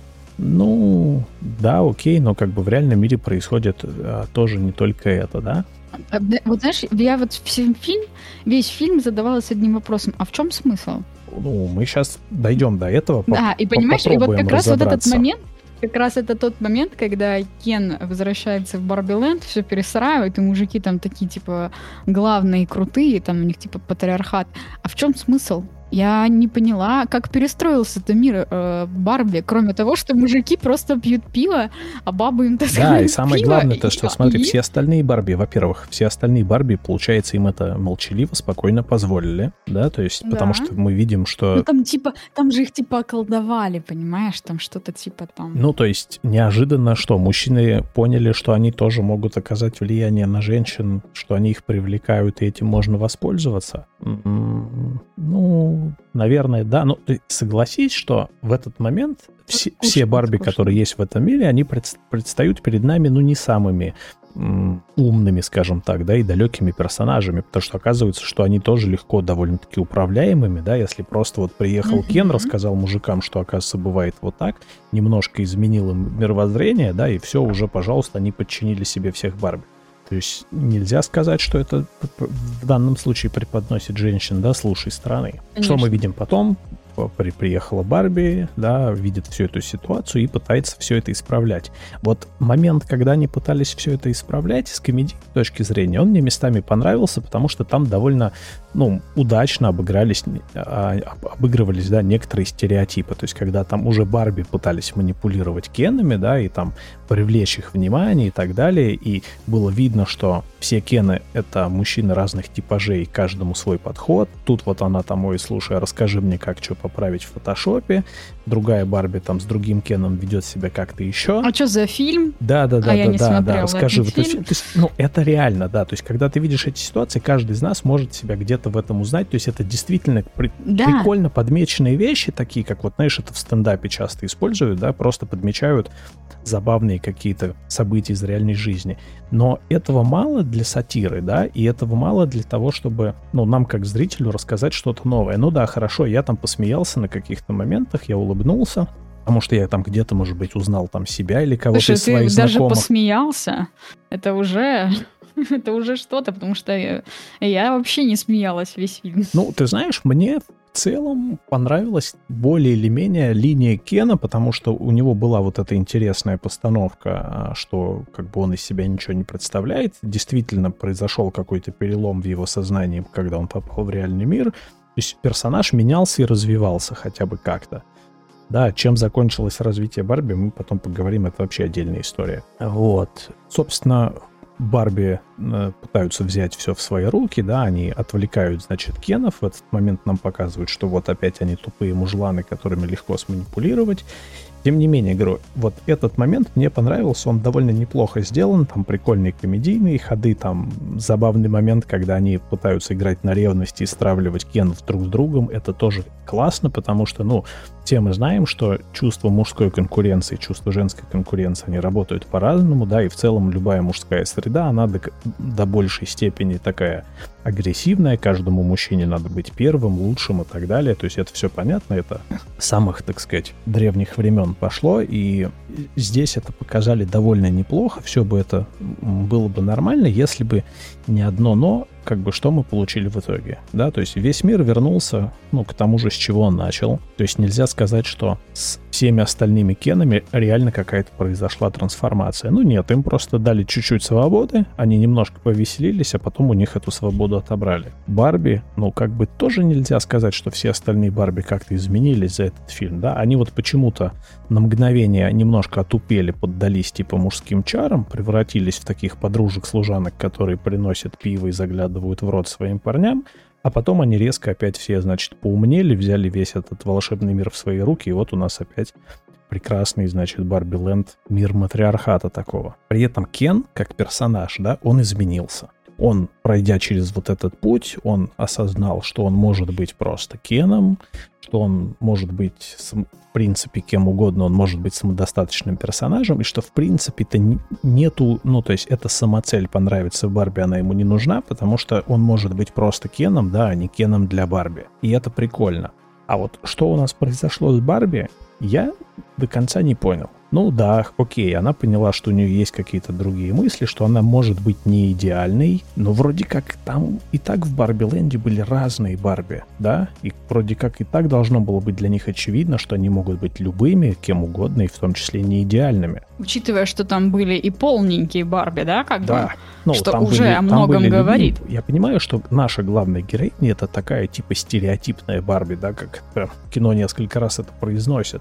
ну, да, окей, но как бы в реальном мире происходит а, тоже не только это, да. Вот знаешь, я вот всем фильм, весь фильм задавалась одним вопросом, а в чем смысл? Ну, мы сейчас дойдем до этого, да, по- и понимаешь, и вот как раз вот этот момент, Как раз это тот момент, когда Кен возвращается в Барби-ленд, все перестраивает, и мужики там такие, типа, главные, крутые, там у них, типа, патриархат. А в чем смысл? Я не поняла, как перестроился-то мир э, Барби, кроме того, что мужики просто пьют пиво, а бабы им таскают пиво. Да, и самое главное то, что, и... смотри, все остальные Барби, во-первых, все остальные Барби, получается, им это молчаливо, спокойно позволили, да, то есть, да. Потому что мы видим, что... Ну, там, типа, там же их, типа, околдовали, понимаешь, там что-то, типа, там... Ну, то есть, неожиданно что, мужчины поняли, что они тоже могут оказать влияние на женщин, что они их привлекают, и этим можно воспользоваться? Ну... Наверное, да. Но ты согласись, что в этот момент все, все Барби, которые есть в этом мире, они пред, предстают перед нами, ну, не самыми м, умными, скажем так, да, и далекими персонажами, потому что оказывается, что они тоже легко довольно-таки управляемыми, да, если просто вот приехал mm-hmm. Кен, рассказал мужикам, что, оказывается, бывает вот так, немножко изменил им мировоззрение, да, и все, уже, пожалуйста, они подчинили себе всех Барби. То есть нельзя сказать, что это в данном случае преподносит женщин, да, с лучшей стороны. Конечно. Что мы видим потом? При, приехала Барби, да, видит всю эту ситуацию и пытается все это исправлять. Вот момент, когда они пытались все это исправлять, с комедийной точки зрения, он мне местами понравился, потому что там довольно, ну, удачно обыгрались, обыгрывались, да, некоторые стереотипы. То есть, когда там уже Барби пытались манипулировать Кенами, да, и там привлечь их внимание и так далее, и было видно, что все Кены — это мужчины разных типажей, каждому свой подход. Тут вот она там, ой, слушай, расскажи мне, как что поправить в фотошопе. Другая Барби там с другим Кеном ведет себя как-то еще. А что за фильм? Да, да, да, а да, да, да. Расскажи. Вот, то есть, то есть, ну, это реально, да. То есть, когда ты видишь эти ситуации, каждый из нас может себя где-то в этом узнать. То есть, это действительно при... да. прикольно подмеченные вещи, такие, как вот, знаешь, это в стендапе часто используют, да, просто подмечают забавные какие-то события из реальной жизни. Но этого мало для сатиры, да, и этого мало для того, чтобы, ну, нам как зрителю рассказать что-то новое. Ну да, хорошо, я там посмеялся на каких-то моментах, я улыбнулся, потому что я там где-то, может быть, узнал там себя или кого-то Слушай, из своих ты знакомых. Даже посмеялся, это уже... это уже что-то, потому что я, я вообще не смеялась весь фильм. Ну, ты знаешь, мне... В целом понравилась более или менее линия Кена, потому что у него была вот эта интересная постановка, что как бы он из себя ничего не представляет. Действительно произошел какой-то перелом в его сознании, когда он попал в реальный мир. То есть персонаж менялся и развивался хотя бы как-то. Да, чем закончилось развитие Барби, мы потом поговорим, это вообще отдельная история. Вот. Собственно, Барби э, пытаются взять все в свои руки, да, они отвлекают, значит, Кенов. В этот момент нам показывают, что вот опять они тупые мужланы, которыми легко сманипулировать. Тем не менее, говорю, вот этот момент мне понравился, он довольно неплохо сделан, там прикольные комедийные ходы, там забавный момент, когда они пытаются играть на ревности и стравливать Кенов друг с другом, это тоже классно, потому что, ну, все мы знаем, что чувство мужской конкуренции, чувство женской конкуренции, они работают по-разному, да, и в целом любая мужская среда, она до, до большей степени такая агрессивная, каждому мужчине надо быть первым, лучшим и так далее, то есть это все понятно, это с самых, так сказать, древних времен пошло, и здесь это показали довольно неплохо, все бы это было бы нормально, если бы не одно «но», как бы что мы получили в итоге, да, то есть весь мир вернулся, ну, к тому же, с чего он начал, то есть нельзя сказать, что с всеми остальными Кенами реально какая-то произошла трансформация, ну нет, им просто дали чуть-чуть свободы, они немножко повеселились, а потом у них эту свободу отобрали. Барби, ну, как бы тоже нельзя сказать, что все остальные Барби как-то изменились за этот фильм, да, они вот почему-то на мгновение немножко отупели, поддались типа мужским чарам, превратились в таких подружек-служанок, которые приносят пиво и заглядывают в рот своим парням, а потом они резко опять все, значит, поумнели, взяли весь этот волшебный мир в свои руки, и вот у нас опять прекрасный, значит, Барби-ленд, мир матриархата такого. При этом Кен, как персонаж, да, он изменился. Он, пройдя через вот этот путь, он осознал, что он может быть просто Кеном, что он может быть, в принципе, кем угодно, он может быть самодостаточным персонажем, и что, в принципе-то, нету, ну, то есть, эта самоцель понравится Барби, она ему не нужна, потому что он может быть просто Кеном, да, а не Кеном для Барби. И это прикольно. А вот что у нас произошло с Барби, я до конца не понял. Ну да, окей, она поняла, что у нее есть какие-то другие мысли, что она может быть не идеальной, но вроде как там и так в Барби-ленде были разные Барби, да? И вроде как и так должно было быть для них очевидно, что они могут быть любыми, кем угодно, и в том числе не идеальными. Учитывая, что там были и полненькие Барби, да, как да. бы, Ну, что там уже были, о многом были говорит. Любви. Я понимаю, что наша главная героиня — это такая типа стереотипная Барби, да, как прям кино несколько раз это произносит.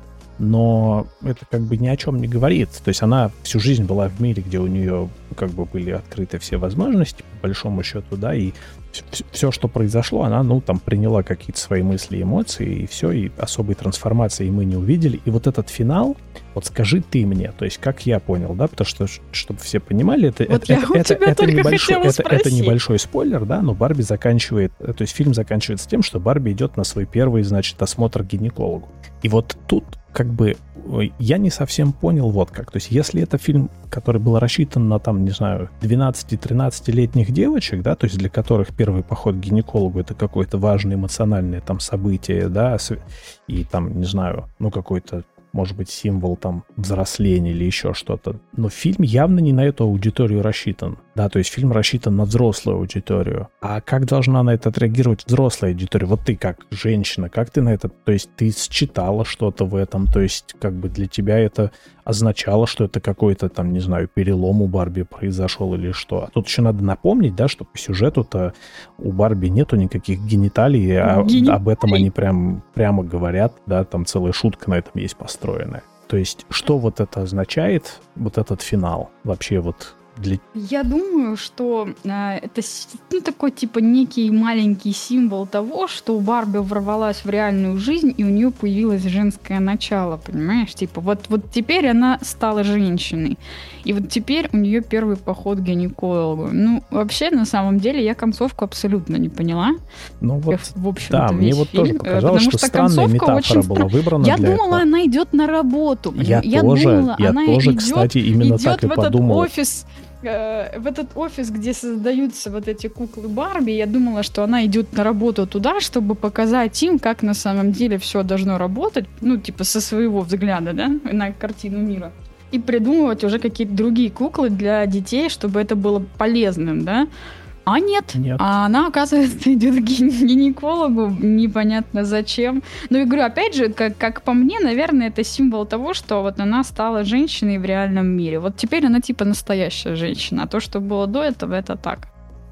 Но это как бы ни о чем не говорит. То есть она всю жизнь была в мире, где у нее как бы были открыты все возможности, по большому счету, да, и все, все, что произошло, она, ну, там, приняла какие-то свои мысли, эмоции, и все, и особой трансформации мы не увидели. И вот этот финал, вот скажи ты мне, то есть как я понял, да, потому что, чтобы все понимали, это, вот это, я это, это, это, небольшой, это, это небольшой спойлер, да, но Барби заканчивает, то есть фильм заканчивается тем, что Барби идет на свой первый, значит, осмотр к гинекологу. И вот тут как бы я не совсем понял вот как. То есть если это фильм, который был рассчитан на, там, не знаю, двенадцати-тринадцатилетних девочек, да, то есть для которых первый поход к гинекологу — это какое-то важное эмоциональное там событие, да, и там, не знаю, ну какой-то, может быть, символ там взросления или еще что-то. Но фильм явно не на эту аудиторию рассчитан. Да, то есть фильм рассчитан на взрослую аудиторию. А как должна на это отреагировать взрослая аудитория? Вот ты как женщина, как ты на это... То есть ты считала что-то в этом, то есть как бы для тебя это означало, что это какой-то там, не знаю, перелом у Барби произошел или что. А тут еще надо напомнить, да, что по сюжету-то у Барби нету никаких гениталий, а Гениталий. Об этом они прям прямо говорят, да, там целая шутка на этом есть построенная. То есть что вот это означает, вот этот финал вообще вот... Для... Я думаю, что э, это ну, такой типа некий маленький символ того, что Барби ворвалась в реальную жизнь, и у нее появилось женское начало, понимаешь? Типа вот, вот теперь она стала женщиной, и вот теперь у нее первый поход к гинекологу. Ну, вообще, на самом деле, я концовку абсолютно не поняла. Ну вот, в общем, да, мне вот фильм, тоже показалось, что, что странная метафора была стра... выбрана я для думала, этого. Она идет на работу. Я, я тоже, думала, я она тоже, идет, кстати, именно так и в подумал. Этот офис, э, в этот офис, где создаются вот эти куклы Барби, я думала, что она идет на работу туда, чтобы показать им, как на самом деле все должно работать, ну, типа, со своего взгляда, да, на картину мира. И придумывать уже какие-то другие куклы для детей, чтобы это было полезным, да. А нет. нет. А она, оказывается, идет к гинекологу, непонятно зачем. Ну, и говорю, опять же, как, как по мне, наверное, это символ того, что вот она стала женщиной в реальном мире. Вот теперь она типа настоящая женщина, а то, что было до этого, это так.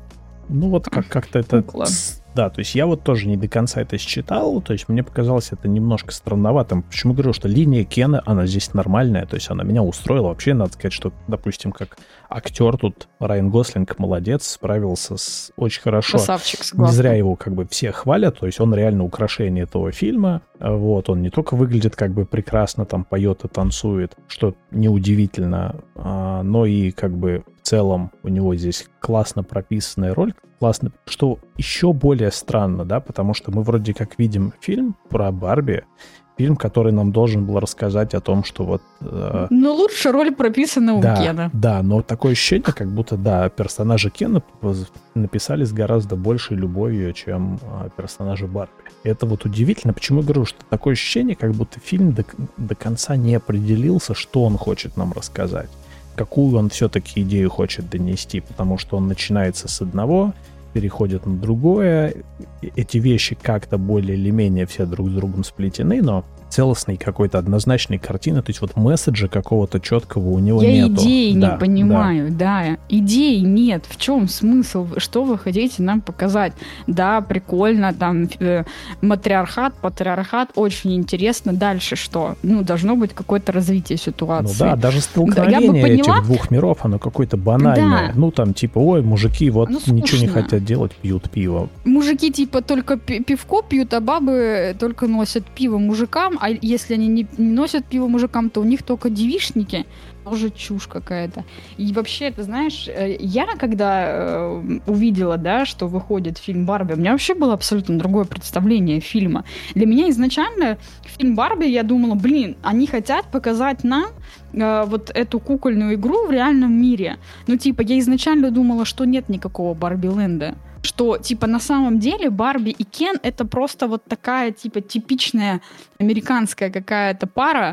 Ну, вот как- как-то это... Кукла. Да, то есть я вот тоже не до конца это считал, то есть мне показалось это немножко странноватым. Почему говорю, что линия Кена, она здесь нормальная, то есть она меня устроила. Вообще, надо сказать, что, допустим, как актер тут Райан Гослинг молодец, справился с очень хорошо. Красавчик, согласна. Не зря его как бы все хвалят, то есть он реально украшение этого фильма. Вот, он не только выглядит как бы прекрасно, там поет и танцует, что неудивительно, но и как бы в целом у него здесь классно прописанная роль, классно, что еще более странно, да, потому что мы вроде как видим фильм про Барби, фильм, который нам должен был рассказать о том, что вот... Э, но лучше роль прописана у да, Кена. Да, но такое ощущение, как будто, да, персонажи Кена написали с гораздо большей любовью, чем э, персонажи Барби. И это вот удивительно. Почему я говорю, что такое ощущение, как будто фильм до, до конца не определился, что он хочет нам рассказать. Какую он все-таки идею хочет донести, потому что он начинается с одного, переходит на другое. Эти вещи как-то более или менее все друг с другом сплетены, но целостной какой-то однозначной картины, то есть вот месседжа какого-то четкого у него Я нету. Я идеи да, не понимаю, да. да. Идеи нет. В чем смысл? Что вы хотите нам показать? Да, прикольно, там э, матриархат, патриархат, очень интересно. Дальше что? Ну, должно быть какое-то развитие ситуации. Ну да, даже столкновение да, этих двух миров, оно какое-то банальное. Да. Ну там типа, ой, мужики вот ну, ничего не хотят делать, пьют пиво. Мужики типа только пивко пьют, а бабы только носят пиво мужикам, а если они не носят пиво мужикам, то у них только девичники. Тоже чушь какая-то. И вообще, ты знаешь, я когда э, увидела, да, что выходит фильм «Барби», у меня вообще было абсолютно другое представление фильма. Для меня изначально фильм «Барби», я думала, блин, они хотят показать нам э, вот эту кукольную игру в реальном мире. Ну, типа, я изначально думала, что нет никакого Барби-ленда. Что, типа, на самом деле Барби и Кен — это просто вот такая, типа, типичная американская какая-то пара,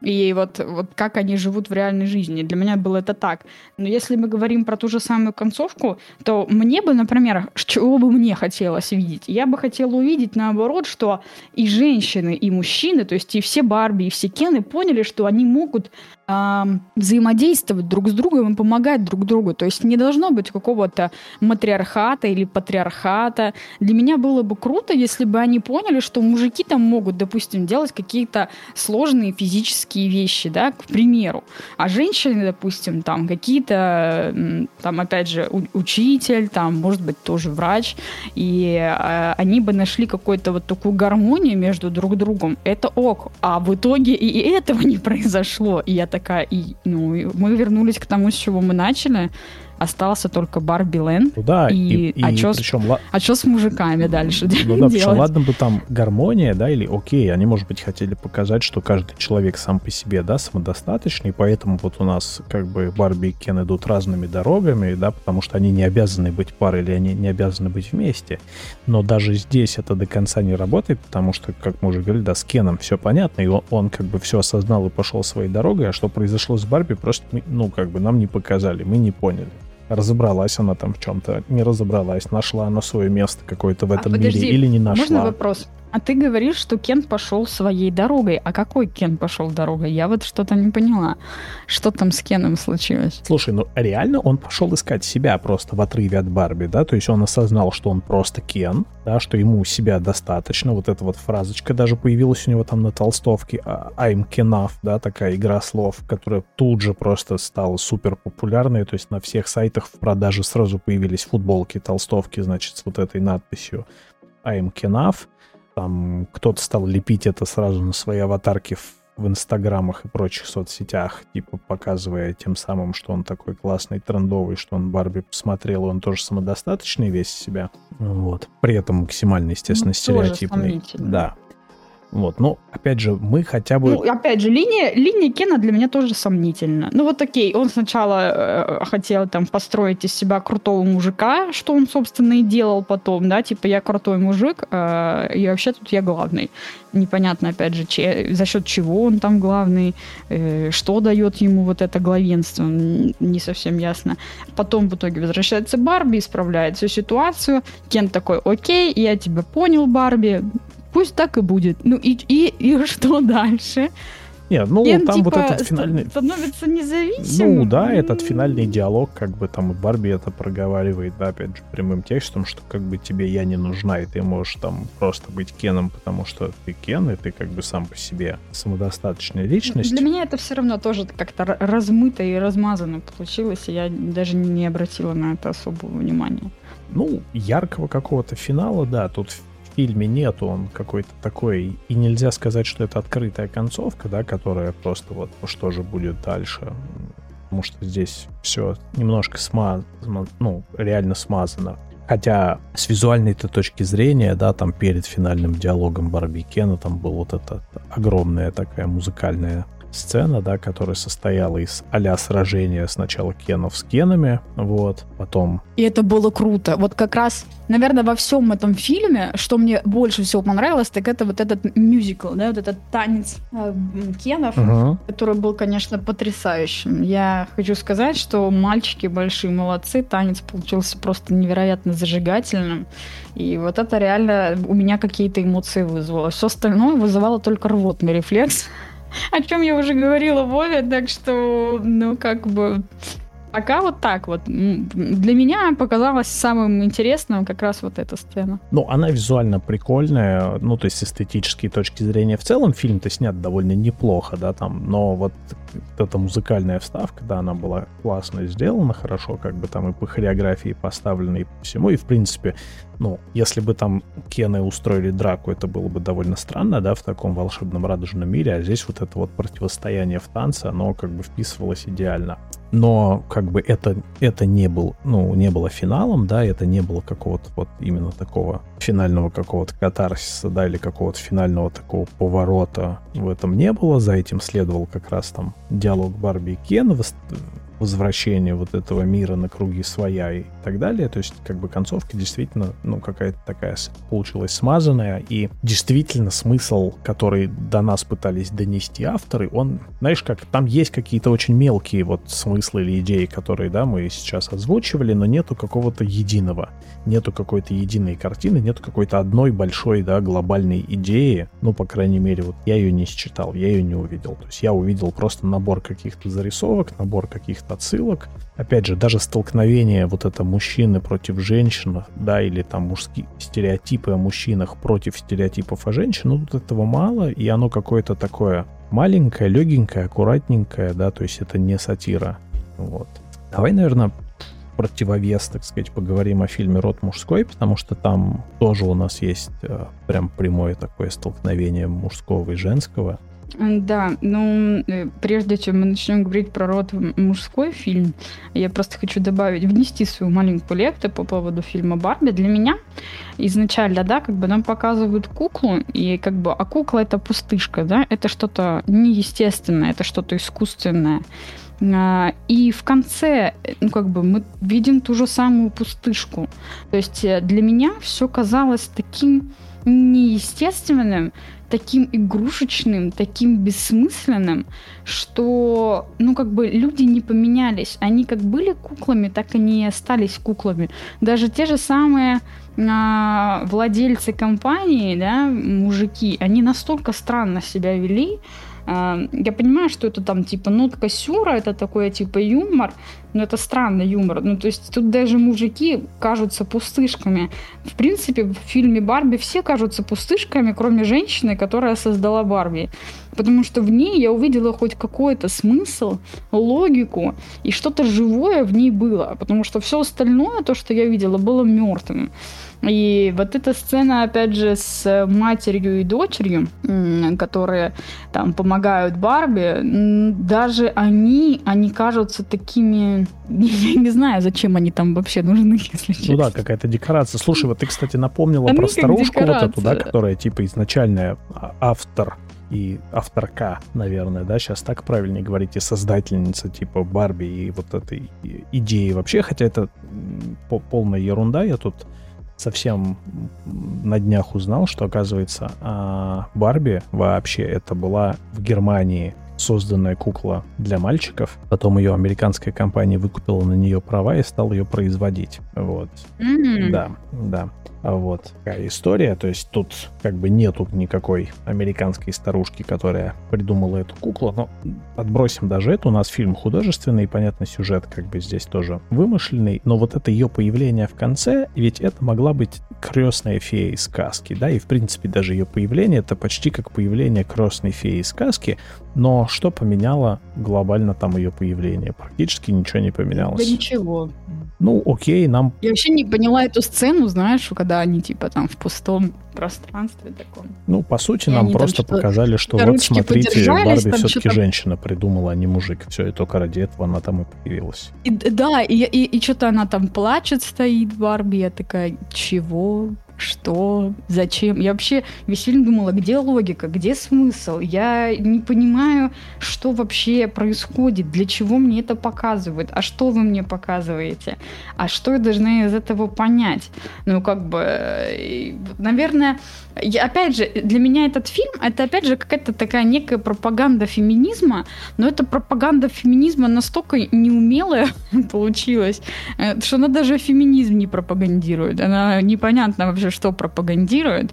И вот, вот как они живут в реальной жизни. Для меня было это так. Но если мы говорим про ту же самую концовку, то мне бы, например, чего бы мне хотелось видеть? Я бы хотела увидеть, наоборот, что и женщины, и мужчины, то есть и все Барби, и все Кены поняли, что они могут э, взаимодействовать друг с другом и помогать друг другу. То есть не должно быть какого-то матриархата или патриархата. Для меня было бы круто, если бы они поняли, что мужики там могут, допустим, делать какие-то сложные физические вещи, да, к примеру. А женщины, допустим, там какие-то, там, опять же, учитель, там, может быть, тоже врач, и э, они бы нашли какую-то вот такую гармонию между друг другом. Это ок. А в итоге и, и этого не произошло. И я такая, и, ну, и мы вернулись к тому, с чего мы начали. Остался только Барби Ленд. Ну да, и, и, и а что причем... с, а с мужиками дальше ну да, причем, ладно бы там гармония, да, или окей, они, может быть, хотели показать, что каждый человек сам по себе, да, самодостаточный, поэтому вот у нас как бы Барби и Кен идут разными дорогами, да, потому что они не обязаны быть парой или они не обязаны быть вместе. Но даже здесь это до конца не работает, потому что, как мы уже говорили, да, с Кеном все понятно, и он, он как бы все осознал и пошел своей дорогой, а что произошло с Барби, просто, ну, как бы нам не показали, мы не поняли. Разобралась она там в чем-то, не разобралась, нашла она свое место какое-то в этом а, мире подожди, или не нашла. Можно вопрос? А ты говоришь, что Кен пошел своей дорогой. А какой Кен пошел дорогой? Я вот что-то не поняла. Что там с Кеном случилось? Слушай, ну реально он пошел искать себя просто в отрыве от Барби, да? То есть он осознал, что он просто Кен, да, что ему себя достаточно. Вот эта вот фразочка даже появилась у него там на толстовке. I'm Kenaf, да, такая игра слов, которая тут же просто стала супер популярной. То есть на всех сайтах в продаже сразу появились футболки, толстовки, значит, с вот этой надписью I'm Kenaf. Там кто-то стал лепить это сразу на свои аватарки в, в инстаграмах и прочих соцсетях, типа показывая тем самым, что он такой классный, трендовый, что он Барби посмотрел, и он тоже самодостаточный весь себя. Вот. При этом максимально, естественно, ну, стереотипный. Да. Вот, ну, опять же, мы хотя бы... Ну, опять же, линия, линия Кена для меня тоже сомнительна. Ну, вот окей, он сначала э, хотел там построить из себя крутого мужика, что он, собственно, и делал потом, да, типа, я крутой мужик, э, и вообще тут я главный. Непонятно, опять же, че, за счет чего он там главный, э, что дает ему вот это главенство, не совсем ясно. Потом в итоге возвращается Барби, исправляет всю ситуацию. Кен такой, окей, я тебя понял, Барби, пусть так и будет. Ну и, и, и что дальше? Нет, ну Кен, там типа, вот этот финальный... становится независимым. Ну да, этот финальный диалог, как бы там и Барби это проговаривает, да, опять же, прямым текстом, что как бы тебе я не нужна, и ты можешь там просто быть Кеном, потому что ты Кен, и ты как бы сам по себе самодостаточная личность. Для меня это все равно тоже как-то размыто и размазано получилось, и я даже не обратила на это особого внимания. Ну, яркого какого-то финала, да, тут в фильме нету, он какой-то такой, и нельзя сказать, что это открытая концовка, да, которая просто вот, что же будет дальше, потому что здесь все немножко смазано, ну, реально смазано. Хотя с визуальной-то точки зрения, да, там перед финальным диалогом Барби и Кена там была вот эта огромная такая музыкальная сцена, да, которая состояла из а-ля сражения сначала Кенов с Кенами, вот, потом... И это было круто. Вот как раз, наверное, во всем этом фильме, что мне больше всего понравилось, так это вот этот мюзикл, да, вот этот танец э, Кенов, uh-huh. который был, конечно, потрясающим. Я хочу сказать, что мальчики большие молодцы, танец получился просто невероятно зажигательным, и вот это реально у меня какие-то эмоции вызвало. Все остальное вызывало только рвотный рефлекс, о чем я уже говорила Вове, так что, ну, как бы, пока вот так вот. Для меня показалось самым интересным как раз вот эта сцена. Ну, она визуально прикольная, ну, то есть с эстетической точки зрения. В целом фильм-то снят довольно неплохо, да, там, но вот эта музыкальная вставка, да, она была классно сделана, хорошо, как бы там и по хореографии поставлена, и по всему, и в принципе, ну, если бы там Кены устроили драку, это было бы довольно странно, да, в таком волшебном радужном мире, а здесь вот это вот противостояние в танце, оно как бы вписывалось идеально. Но как бы это, это не был, ну, не было финалом, да, это не было какого-то вот именно такого финального какого-то катарсиса, да, или какого-то финального такого поворота в этом не было. За этим следовал как раз там диалог Барби и Кен, возвращение вот этого мира на круги своя и так далее. То есть как бы концовка действительно, ну, какая-то такая получилась смазанная, и действительно смысл, который до нас пытались донести авторы, он, знаешь, как там есть какие-то очень мелкие вот смыслы или идеи, которые, да, мы сейчас озвучивали, но нету какого-то единого, нету какой-то единой картины, нету какой-то одной большой, да, глобальной идеи, ну, по крайней мере, вот я ее не считал, я ее не увидел. То есть я увидел просто набор каких-то зарисовок, набор каких-то отсылок. Опять же, даже столкновение вот это мужчины против женщин, да, или там мужские стереотипы о мужчинах против стереотипов о женщинах, ну, тут этого мало, и оно какое-то такое маленькое, легенькое, аккуратненькое, да, то есть это не сатира. Вот. Давай, наверное, противовес, так сказать, поговорим о фильме «Род мужской», потому что там тоже у нас есть э, прям прямое такое столкновение мужского и женского. Да, ну, прежде чем мы начнем говорить про «Род мужской» фильм, я просто хочу добавить, внести свою маленькую лепту по поводу фильма «Барби». Для меня изначально, да, как бы нам показывают куклу, и как бы, а кукла — это пустышка, да, это что-то неестественное, это что-то искусственное. И в конце, ну, как бы, мы видим ту же самую пустышку. То есть для меня все казалось таким неестественным, таким игрушечным, таким бессмысленным, что, ну, как бы, люди не поменялись. Они как были куклами, так они и остались куклами. Даже те же самые а, владельцы компании, да, мужики, они настолько странно себя вели. Я понимаю, что это там типа нотка сюра, это такой типа юмор, но это странный юмор. Ну, то есть тут даже мужики кажутся пустышками. В принципе, в фильме «Барби» все кажутся пустышками, кроме женщины, которая создала Барби. Потому что в ней я увидела хоть какой-то смысл, логику, и что-то живое в ней было. Потому что все остальное, то, что я видела, было мертвым. И вот эта сцена, опять же, с матерью и дочерью, которые там помогают Барби, даже они, они кажутся такими... Я не знаю, зачем они там вообще нужны, если честно. Ну да, какая-то декорация. Слушай, вот ты, кстати, напомнила они про старушку вот эту, да, которая типа изначальная автор и авторка, наверное, да, сейчас так правильнее говорить, и создательница типа Барби и вот этой идеи вообще, хотя это полная ерунда, я тут совсем на днях узнал, что, оказывается, Барби вообще это была в Германии созданная кукла для мальчиков. Потом ее американская компания выкупила на нее права и стала ее производить. Вот. Mm-hmm. Да, да. Вот такая история. То есть тут как бы нету никакой американской старушки, которая придумала эту куклу. Но отбросим даже это. У нас фильм художественный, и, понятно, сюжет как бы здесь тоже вымышленный. Но вот это ее появление в конце, ведь это могла быть крестная фея из сказки, да, и в принципе даже ее появление это почти как появление крестной феи из сказки. Но что поменяло глобально там ее появление? Практически ничего не поменялось. Да ничего. Ну, окей, нам... Я вообще не поняла эту сцену, знаешь, когда они типа там в пустом пространстве таком. Ну, по сути, и нам просто там, показали, что вот, смотрите, Барби все-таки что-то... женщина придумала, а не мужик. Все, и только ради этого она там и появилась. И, да, и, и, и что-то она там плачет, стоит, Барби. Я такая, чего? Что? Зачем? Я вообще весь фильм думала, где логика, где смысл? Я не понимаю, что вообще происходит, для чего мне это показывают, а что вы мне показываете, а что я должна из этого понять? Ну, как бы, наверное, я, опять же, для меня этот фильм, это, опять же, какая-то такая некая пропаганда феминизма, но эта пропаганда феминизма настолько неумелая получилась, что она даже феминизм не пропагандирует. Она непонятно вообще, что пропагандирует.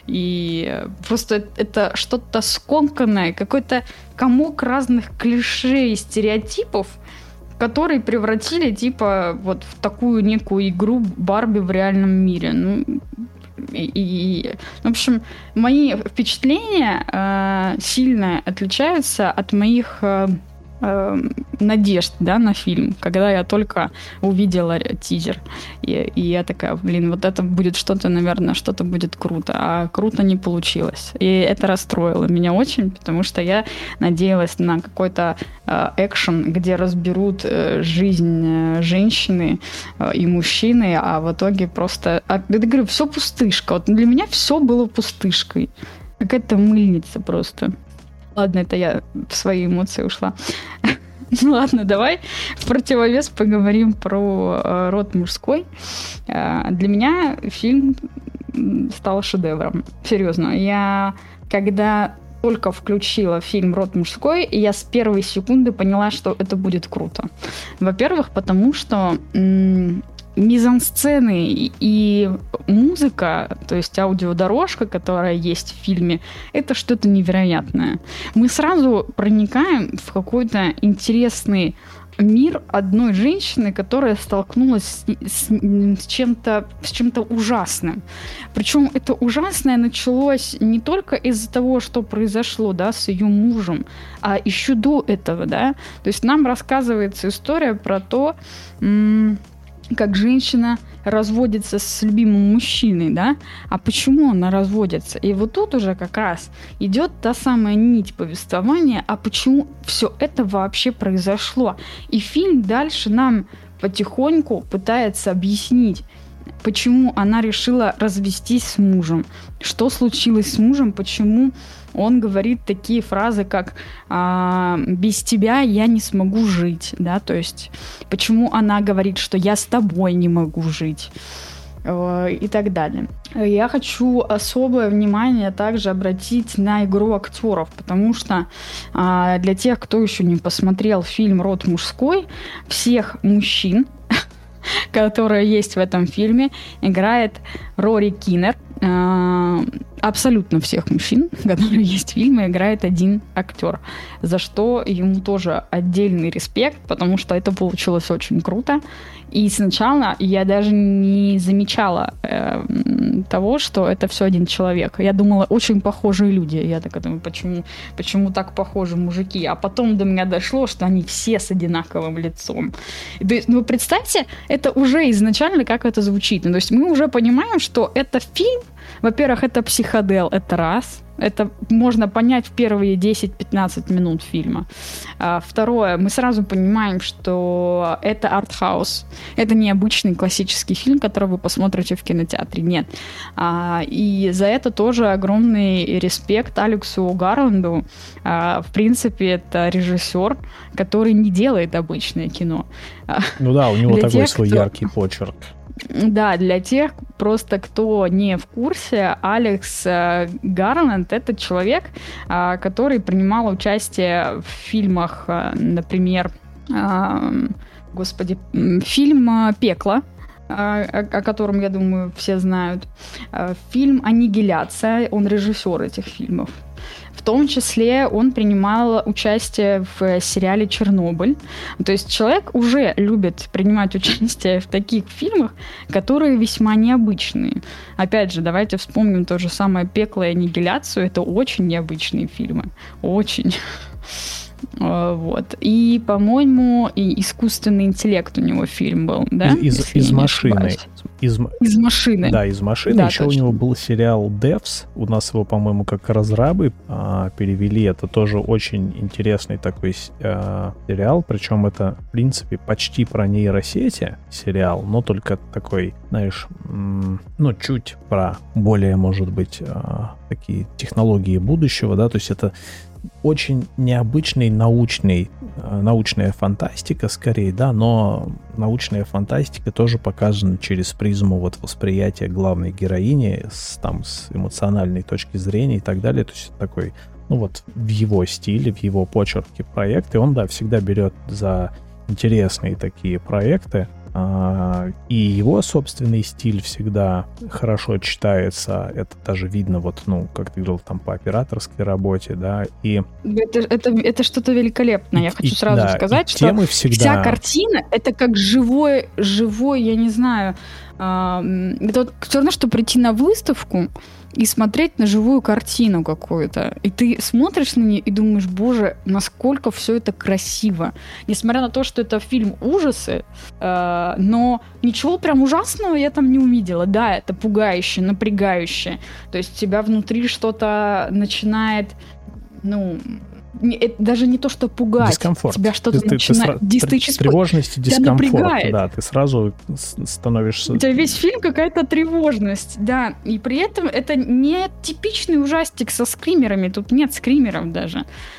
И просто это что-то скомканное, какой-то комок разных клише и стереотипов, которые превратили, типа, вот в такую некую игру Барби в реальном мире. Ну, и, и, в общем, мои впечатления э, сильно отличаются от моих э, э, надежд, да, на фильм, когда я только увидела тизер. И, и я такая, блин, вот это будет что-то, наверное, что-то будет круто. А круто не получилось. И это расстроило меня очень, потому что я надеялась на какой-то э, экшен, где разберут э, жизнь э, женщины э, и мужчины, а в итоге просто... А, я говорю, все пустышка. Вот для меня все было пустышкой. Какая-то мыльница просто. Ладно, это я в свои эмоции ушла. Ну ладно, давай в противовес поговорим про э, род мужской. Э, для меня фильм стал шедевром. Серьезно. Я когда только включила фильм «Род мужской», и я с первой секунды поняла, что это будет круто. Во-первых, потому что м- мизансцены и музыка, то есть аудиодорожка, которая есть в фильме, это что-то невероятное. Мы сразу проникаем в какой-то интересный мир одной женщины, которая столкнулась с, с, с чем-то, с чем-то ужасным. Причем это ужасное началось не только из-за того, что произошло, да, с ее мужем, а еще до этого, да. То есть нам рассказывается история про то, м- как женщина разводится с любимым мужчиной, да? А почему она разводится? И вот тут уже как раз идет та самая нить повествования, а почему все это вообще произошло? И фильм дальше нам потихоньку пытается объяснить, почему она решила развестись с мужем, что случилось с мужем, почему он говорит такие фразы, как а, «без тебя я не смогу жить», да, то есть почему она говорит, что «я с тобой не могу жить», э, и так далее. Я хочу особое внимание также обратить на игру актеров, потому что а, для тех, кто еще не посмотрел фильм «Род мужской», всех мужчин, которые есть в этом фильме, играет Рори Киннер. Абсолютно всех мужчин, которые есть в фильме, играет один актер, за что ему тоже отдельный респект, потому что это получилось очень круто. И сначала я даже не замечала э, того, что это все один человек. Я думала, очень похожие люди. Я так думаю, почему, почему так похожи мужики? А потом до меня дошло, что они все с одинаковым лицом. То есть, ну, представьте, это уже изначально как это звучит. Ну, то есть мы уже понимаем, что это фильм. Во-первых, это психодел, это раз. Это можно понять в первые десять-пятнадцать минут фильма. А, второе, мы сразу понимаем, что это артхаус. Это не обычный классический фильм, который вы посмотрите в кинотеатре. Нет. А, и за это тоже огромный респект Алексу Гарланду. А, в принципе, это режиссер, который не делает обычное кино. Ну да, у него Для такой тех, свой кто... яркий почерк. Да, для тех, просто кто не в курсе, Алекс э, Гарланд — это человек, э, который принимал участие в фильмах, э, например, э, господи, фильм «Пекло», э, о, о котором, я думаю, все знают, э, фильм «Аннигиляция», он режиссер этих фильмов. В том числе он принимал участие в сериале «Чернобыль». То есть человек уже любит принимать участие в таких фильмах, которые весьма необычные. Опять же, давайте вспомним то же самое «Пекло» и «Аннигиляцию». Это очень необычные фильмы. Очень. Вот. И, по-моему, и искусственный интеллект у него фильм был, да? Из, из машины. Из, из машины. Да, из машины. Да, еще точно. У него был сериал Devs. У нас его, по-моему, как разрабы а, перевели. Это тоже очень интересный такой а, сериал. Причем это, в принципе, почти про нейросети сериал, но только такой, знаешь, м- ну, чуть про более, может быть, а, такие технологии будущего, да, то есть это очень необычный научный, научная фантастика, скорее, да, но научная фантастика тоже показана через призму вот восприятия главной героини с, там, с эмоциональной точки зрения и так далее. То есть такой, ну вот в его стиле, в его почерке проект. И он, да, всегда берет за интересные такие проекты. И его собственный стиль всегда хорошо читается. Это даже видно, вот, ну, как ты говорил, там по операторской работе, да. И это, это, это что-то великолепное. Я и, хочу сразу да, сказать, что всегда... вся картина — это как живой, живой, я не знаю, э, это вот все равно, что прийти на выставку и смотреть на живую картину какую-то. И ты смотришь на нее и думаешь, боже, насколько все это красиво. Несмотря на то, что это фильм ужасы, э, но ничего прям ужасного я там не увидела. Да, это пугающе, напрягающе. То есть тебя внутри что-то начинает, ну... Это даже не то, что пугать. Дискомфорт. Тебя что-то ты, начинает... Ты, ты, ты, тревожность и дискомфорт. Да, ты сразу становишься... У тебя весь фильм какая-то тревожность, да. И при этом это не типичный ужастик со скримерами. Тут нет скримеров даже.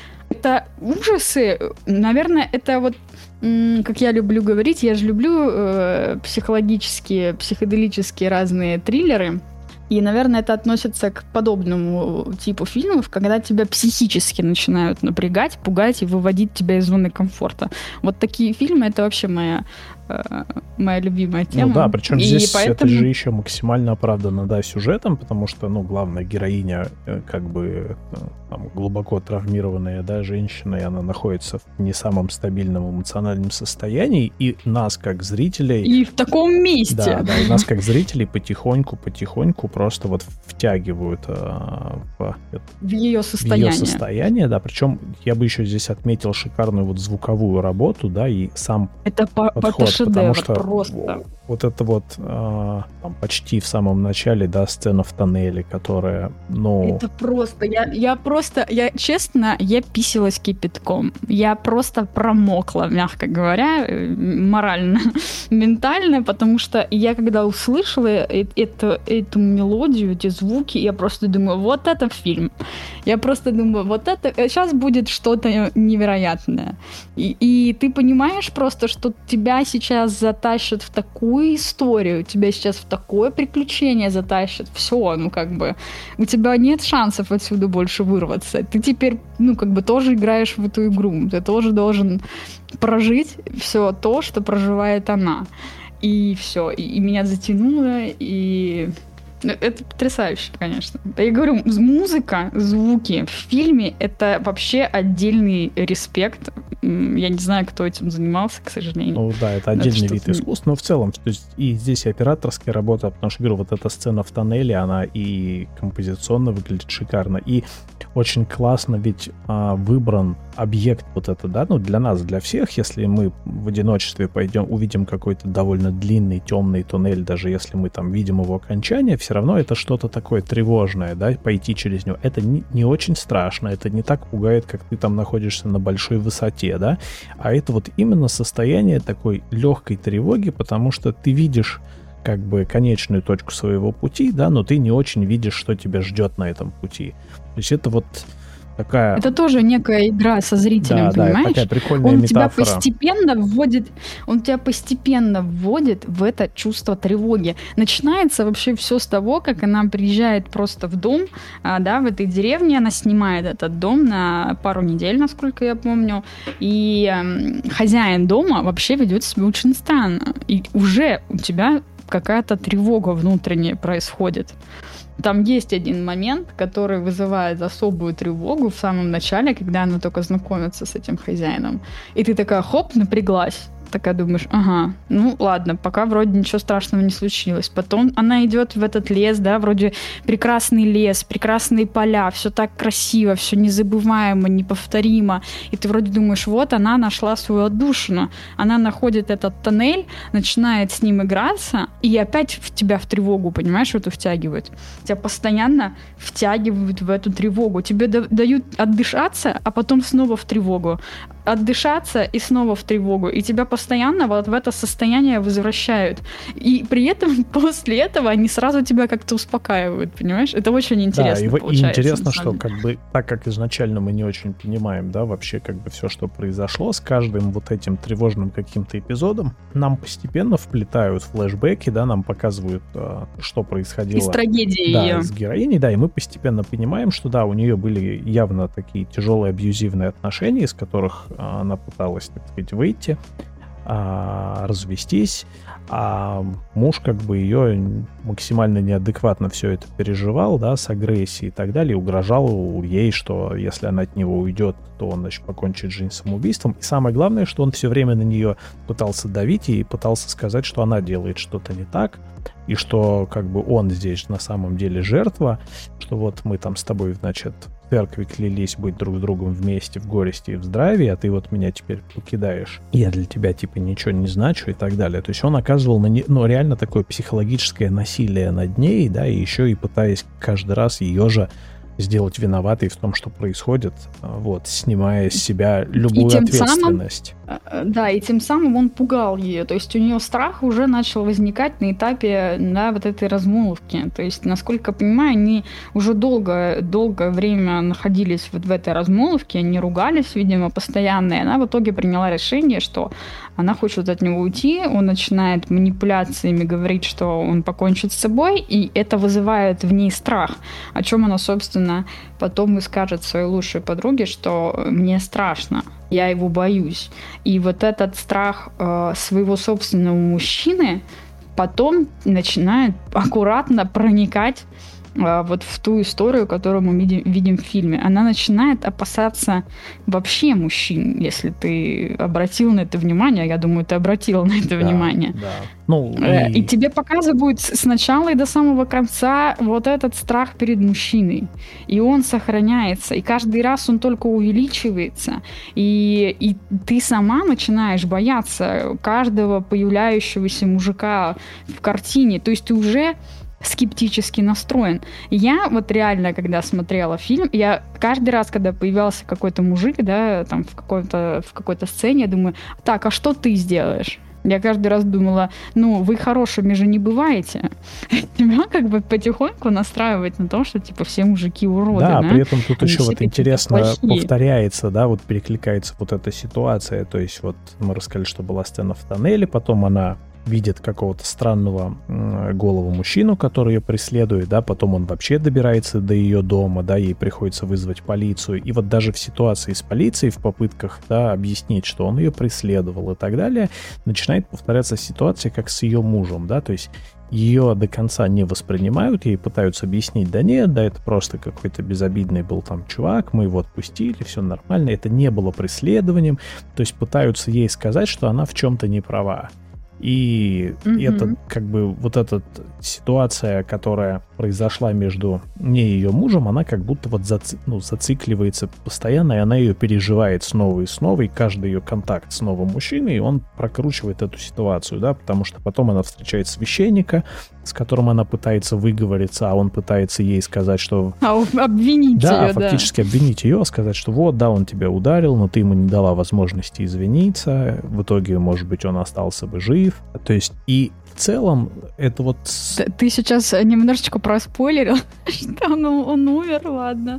это ужасы, наверное, это вот, как я люблю говорить, я же люблю э, психологические, психоделические разные триллеры. И, наверное, это относится к подобному типу фильмов, когда тебя психически начинают напрягать, пугать и выводить тебя из зоны комфорта. Вот такие фильмы — это вообще моя, э, моя любимая тема. Ну да, причем и здесь поэтому... это же еще максимально оправдано, да, сюжетом, потому что, ну, главная героиня как бы там, глубоко травмированная, да, женщина, и она находится в не самом стабильном эмоциональном состоянии, и нас, как зрителей... И в таком месте. Да, да, и нас, как зрителей, потихоньку-потихоньку просто вот втягивают а, в, в ее состояние. В ее состояние, да, причем я бы еще здесь отметил шикарную вот звуковую работу, да, и сам это подход, это шедевр, потому что просто. Вот это вот а, там, почти в самом начале, да, сцена в тоннеле, которая, ну... Это просто, я, я просто, я честно, я писалась кипятком. Я просто промокла, мягко говоря, морально, ментально, потому что я когда услышала эту, эту мелодию, эти звуки, я просто думаю, вот это фильм. Я просто думаю, вот это, сейчас будет что-то невероятное. И, и ты понимаешь просто, что тебя сейчас затащат в такую историю, тебя сейчас в такое приключение затащат, все, ну как бы у тебя нет шансов отсюда больше вырваться. Ты теперь, ну как бы тоже играешь в эту игру, ты тоже должен прожить все то, что проживает она. И все, и, и меня затянуло, и это потрясающе, конечно. Я говорю, музыка, звуки в фильме — это вообще отдельный респект. Я не знаю, кто этим занимался, к сожалению. Ну да, это отдельный это вид искусства, но в целом, то есть и здесь и операторская работа, потому что, говорю, вот эта сцена в тоннеле, она и композиционно выглядит шикарно, и очень классно ведь а, выбран объект вот это, да, ну для нас, для всех, если мы в одиночестве пойдем, увидим какой-то довольно длинный темный туннель, даже если мы там видим его окончание, все равно это что-то такое тревожное, да, пойти через него. Это не, не очень страшно, это не так пугает, как ты там находишься на большой высоте, да, а это вот именно состояние такой легкой тревоги, потому что ты видишь как бы конечную точку своего пути, да, но ты не очень видишь, что тебя ждет на этом пути. То есть это вот такая... Это тоже некая игра со зрителем, да, понимаешь? Да, такая прикольная он метафора. Тебя постепенно вводит, он тебя постепенно вводит в это чувство тревоги. Начинается вообще все с того, как она приезжает просто в дом, а, да, в этой деревне, она снимает этот дом на пару недель, насколько я помню, и э, хозяин дома вообще ведет себя очень странно. И уже у тебя какая-то тревога внутренняя происходит. Там есть один момент, который вызывает особую тревогу в самом начале, когда она только знакомится с этим хозяином. И ты такая, хоп, напряглась. Такая думаешь, ага, ну ладно, пока вроде ничего страшного не случилось. Потом она идет в этот лес, да, вроде прекрасный лес, прекрасные поля, все так красиво, все незабываемо, неповторимо. И ты вроде думаешь, вот она нашла свою отдушину. Она находит этот тоннель, начинает с ним играться, и опять в тебя в тревогу, понимаешь, эту втягивают. Тебя постоянно втягивают в эту тревогу. Тебе да- дают отдышаться, а потом снова в тревогу. Отдышаться и снова в тревогу. И тебя постоянно вот в это состояние возвращают. И при этом после этого они сразу тебя как-то успокаивают, понимаешь? Это очень интересно да, и, получается. И интересно, что как бы так как изначально мы не очень понимаем, да, вообще как бы все, что произошло, с каждым вот этим тревожным каким-то эпизодом нам постепенно вплетают флешбеки, да, нам показывают, что происходило. Из трагедии да, ее. С героиней, да, и мы постепенно понимаем, что да, у нее были явно такие тяжелые абьюзивные отношения, из которых она пыталась, так сказать, выйти, а, развестись, а муж как бы ее максимально неадекватно все это переживал, да, с агрессией и так далее, и угрожал ей, что если она от него уйдет, то он, значит, покончит жизнь самоубийством. И самое главное, что он все время на нее пытался давить и пытался сказать, что она делает что-то не так, и что как бы он здесь на самом деле жертва, что вот мы там с тобой, значит, в церкви клялись быть друг с другом вместе в горести и в здравии, а ты вот меня теперь покидаешь. Я для тебя типа ничего не значу и так далее. То есть он оказывал на не... ну, реально такое психологическое насилие над ней, да, и еще и пытаясь каждый раз ее же сделать виноватой в том, что происходит, вот, снимая с себя любую и ответственность. Самым, да, и тем самым он пугал ее. То есть у нее страх уже начал возникать на этапе, да, вот этой размолвки. То есть, насколько я понимаю, они уже долго, долгое время находились вот в этой размолвке, они ругались, видимо, постоянно, и она в итоге приняла решение, что она хочет от него уйти, он начинает манипуляциями говорить, что он покончит с собой, и это вызывает в ней страх, о чем она, собственно, потом и скажет своей лучшей подруге, что мне страшно, я его боюсь. И вот этот страх э, своего собственного мужчины потом начинает аккуратно проникать вот в ту историю, которую мы видим, видим в фильме. Она начинает опасаться вообще мужчин, если ты обратил на это внимание. Я думаю, ты обратил на это да, внимание. Да. Ну, и... и тебе показывают с начала и до самого конца вот этот страх перед мужчиной. И он сохраняется. И каждый раз он только увеличивается. И, и ты сама начинаешь бояться каждого появляющегося мужика в картине. То есть ты уже скептически настроен. Я вот реально, когда смотрела фильм, я каждый раз, когда появлялся какой-то мужик, да, там в какой-то, в какой-то сцене, я думаю, так, а что ты сделаешь? Я каждый раз думала, ну, вы хорошими же не бываете. Тебя как бы потихоньку настраивать на то, что, типа, все мужики уроды. Да, да? при этом тут Они еще вот интересно плохие. повторяется, да, вот перекликается вот эта ситуация. То есть вот мы рассказали, что была сцена в тоннеле, потом она видит какого-то странного э, голого мужчину, который ее преследует, да, потом он вообще добирается до ее дома, да, ей приходится вызвать полицию. И вот даже в ситуации с полицией, в попытках, да, объяснить, что он ее преследовал и так далее, начинает повторяться ситуация, как с ее мужем, да, то есть ее до конца не воспринимают, ей пытаются объяснить, да нет, да это просто какой-то безобидный был там чувак, мы его отпустили, все нормально, это не было преследованием, то есть пытаются ей сказать, что она в чем-то не права. И mm-hmm. это как бы вот эта ситуация, которая произошла между ней и ее мужем, она как будто вот заци- ну, зацикливается постоянно, и она ее переживает снова и снова, и каждый ее контакт с новым мужчиной, он прокручивает эту ситуацию, да, потому что потом она встречает священника, с которым она пытается выговориться, а он пытается ей сказать, что... А, обвинить да, ее, фактически да. обвинить ее, сказать, что вот, да, он тебя ударил, но ты ему не дала возможности извиниться, в итоге, может быть, он остался бы жив. То есть, и в целом, это вот... Ты, ты сейчас немножечко проспойлерил, что он, он умер, ладно.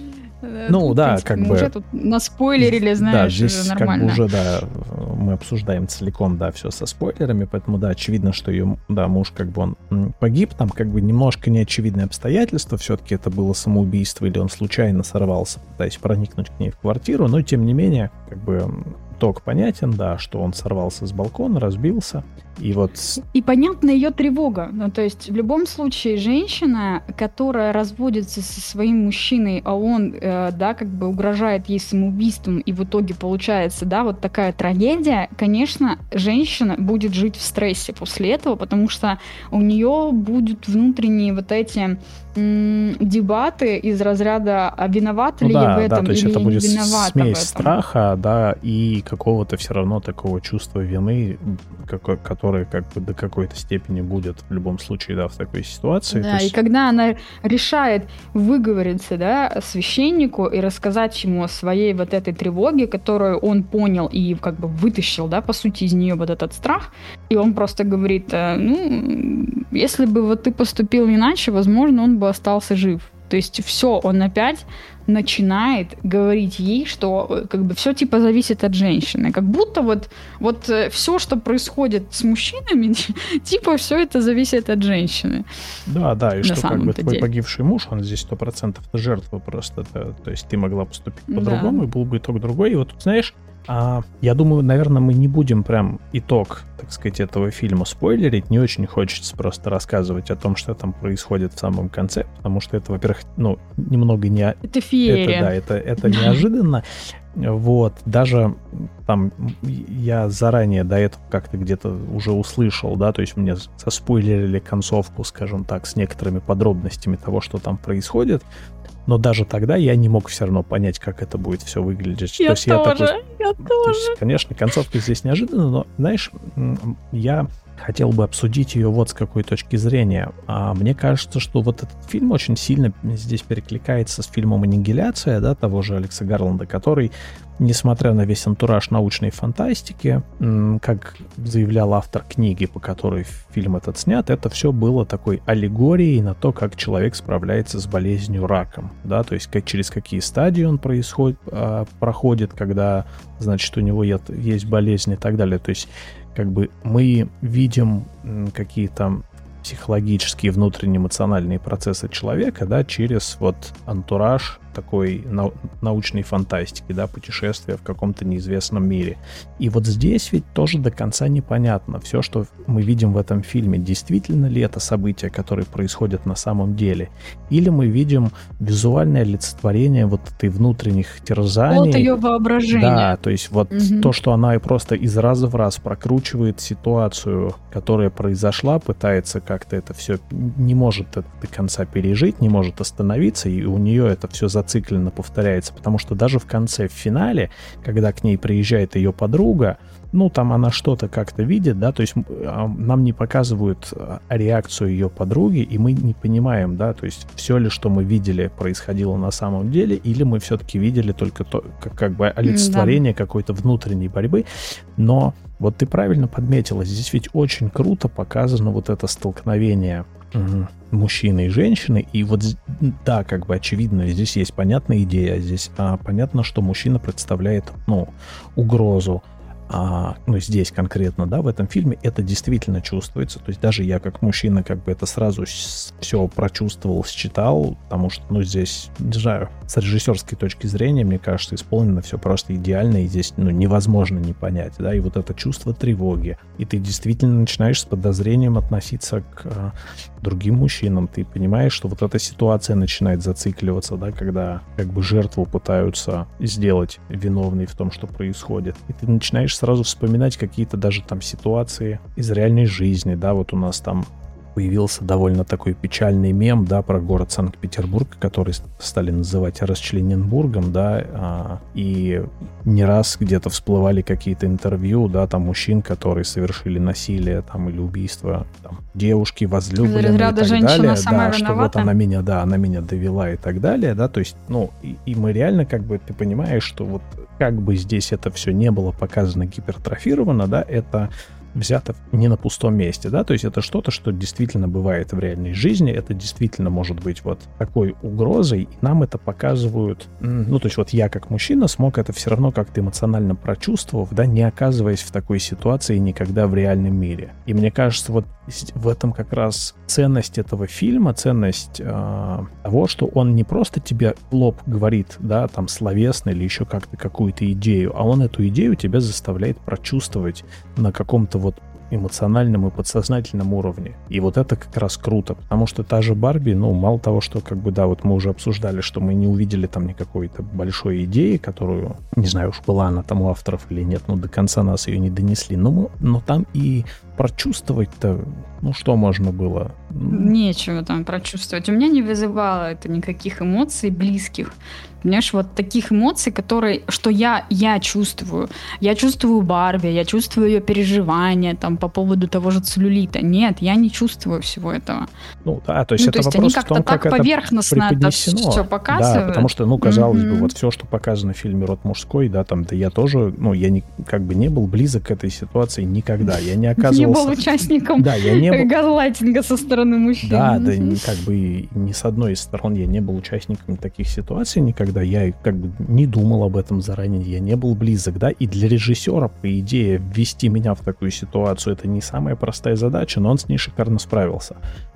Ну, тут, да, в принципе, как мы бы... уже тут наспойлерили, знаешь, да, здесь нормально. Как бы уже, да, мы обсуждаем целиком, да, все со спойлерами, поэтому, да, очевидно, что ее, да, муж, как бы он погиб, там, как бы немножко неочевидные обстоятельства, все-таки это было самоубийство или он случайно сорвался, пытаясь проникнуть к ней в квартиру, но, тем не менее, как бы... итог понятен, да, что он сорвался с балкона, разбился, и вот... И понятна ее тревога. Ну, то есть в любом случае женщина, которая разводится со своим мужчиной, а он, э, да, как бы угрожает ей самоубийством, и в итоге получается, да, вот такая трагедия, конечно, женщина будет жить в стрессе после этого, потому что у нее будут внутренние вот эти м- дебаты из разряда, а виновата ну, ли да, я в этом, да, то есть или это я будет не виновата смесь в этом. страха, да, и какого-то все равно такого чувства вины, какой, которое как бы до какой-то степени будет в любом случае, да, в такой ситуации. Да, есть... и когда она решает выговориться, да, священнику и рассказать ему о своей вот этой тревоге, которую он понял и как бы вытащил, да, по сути, из нее вот этот страх, и он просто говорит, ну, если бы вот ты поступил иначе, возможно, он бы остался жив. То есть все, он опять начинает говорить ей, что как бы все типа зависит от женщины. Как будто вот, вот все, что происходит с мужчинами, типа все это зависит от женщины. Да, да, и что как бы твой деле. погибший муж, он здесь сто процентов жертва просто. Да, то есть ты могла поступить по-другому, да. И был бы итог другой. И вот тут, знаешь, а, я думаю, наверное, мы не будем прям итог, так сказать, этого фильма спойлерить. Не очень хочется просто рассказывать о том, что там происходит в самом конце, потому что это, во-первых, ну, немного не... Это феерия. Это, да, это, это неожиданно. Вот, даже там я заранее до этого как-то где-то уже услышал, да, то есть мне соспойлерили концовку, скажем так, с некоторыми подробностями того, что там происходит. Но даже тогда я не мог все равно понять, как это будет все выглядеть. Я то есть тоже, я, такой, я то тоже. есть, конечно, концовка здесь неожиданна, но, знаешь, я хотел бы обсудить ее вот с какой точки зрения. А мне кажется, что вот этот фильм очень сильно здесь перекликается с фильмом «Аннигиляция», да, того же Алекса Гарланда, который, несмотря на весь антураж научной фантастики, как заявлял автор книги, по которой фильм этот снят, это все было такой аллегорией на то, как человек справляется с болезнью раком, да, то есть как, через какие стадии он происходит, проходит, когда, значит, у него есть болезнь и так далее. То есть как бы мы видим какие-то психологические, внутренние эмоциональные процессы человека, да, через вот антураж такой нау- научной фантастики, да, путешествия в каком-то неизвестном мире. И вот здесь ведь тоже до конца непонятно. Все, что мы видим в этом фильме, действительно ли это события, которые происходят на самом деле, или мы видим визуальное олицетворение вот этой внутренних терзаний. Вот ее воображение. Да, то есть вот угу. то, что она просто из раза в раз прокручивает ситуацию, которая произошла, пытается как-то это все, не может это до конца пережить, не может остановиться, и у нее это все зацикленно повторяется, потому что даже в конце, в финале, когда к ней приезжает ее подруга, ну, там она что-то как-то видит, да, то есть нам не показывают реакцию ее подруги, и мы не понимаем, да, то есть все ли, что мы видели, происходило на самом деле, или мы все-таки видели только то, как, как бы олицетворение да. какой-то внутренней борьбы, но вот ты правильно подметила, здесь ведь очень круто показано вот это столкновение угу. мужчины и женщины, и вот да, как бы очевидно, здесь есть понятная идея, здесь а, понятно, что мужчина представляет, ну, угрозу, а, ну, здесь конкретно, да, в этом фильме это действительно чувствуется, то есть даже я как мужчина как бы это сразу все прочувствовал, считал, потому что, ну, здесь, не знаю, с режиссерской точки зрения, мне кажется, исполнено все просто идеально, и здесь, ну, невозможно не понять, да, и вот это чувство тревоги, и ты действительно начинаешь с подозрением относиться к а, другим мужчинам, ты понимаешь, что вот эта ситуация начинает зацикливаться, да, когда как бы жертву пытаются сделать виновной в том, что происходит, и ты начинаешь сразу вспоминать какие-то даже там ситуации из реальной жизни, да, вот у нас там появился довольно такой печальный мем, да, про город Санкт-Петербург, который стали называть Расчлененбургом, да, а, и не раз где-то всплывали какие-то интервью, да, там мужчин, которые совершили насилие, там, или убийство, там, девушки, возлюбленной и так далее, да, что вот она меня, да, она меня довела и так далее, да, то есть, ну, и, и мы реально, как бы, ты понимаешь, что вот как бы здесь это все не было показано гипертрофировано, да, это взято не на пустом месте, да, то есть это что-то, что действительно бывает в реальной жизни, это действительно может быть вот такой угрозой, и нам это показывают, ну, то есть вот я как мужчина смог это все равно как-то эмоционально прочувствовав, да, не оказываясь в такой ситуации никогда в реальном мире. И мне кажется, вот в этом как раз ценность этого фильма, ценность э, того, что он не просто тебе в лоб говорит, да, там, словесно или еще как-то какую-то идею, а он эту идею тебя заставляет прочувствовать на каком-то вот эмоциональном и подсознательном уровне. И вот это как раз круто, потому что та же Барби, ну, мало того, что как бы, да, вот мы уже обсуждали, что мы не увидели там никакой-то большой идеи, которую, не знаю уж, была она там у авторов или нет, но до конца нас ее не донесли, но, мы, но там и прочувствовать-то, ну, что можно было? Нечего там прочувствовать. У меня не вызывало это никаких эмоций близких. Понимаешь, вот таких эмоций, которые, что я, я чувствую. Я чувствую Барби, я чувствую ее переживания там, по поводу того же целлюлита. Нет, я не чувствую всего этого. Ну, да, то есть ну, это то есть вопрос они в том, как-то как так поверхностно это это все показывают. Да, потому что, ну, казалось mm-hmm. бы, вот все, что показано в фильме «Род мужской», да, там, да я тоже, ну, я не, как бы не был близок к этой ситуации никогда. Я не оказывался... Не был участником да, я не был... газлайтинга со стороны мужчин. Да, да, как бы ни с одной из сторон я не был участником таких ситуаций никогда. Я как бы не думал об этом заранее, я не был близок, да, и для режиссера, по идее, ввести меня в такую ситуацию, это не самая простая задача, но он с ней шикарно справился.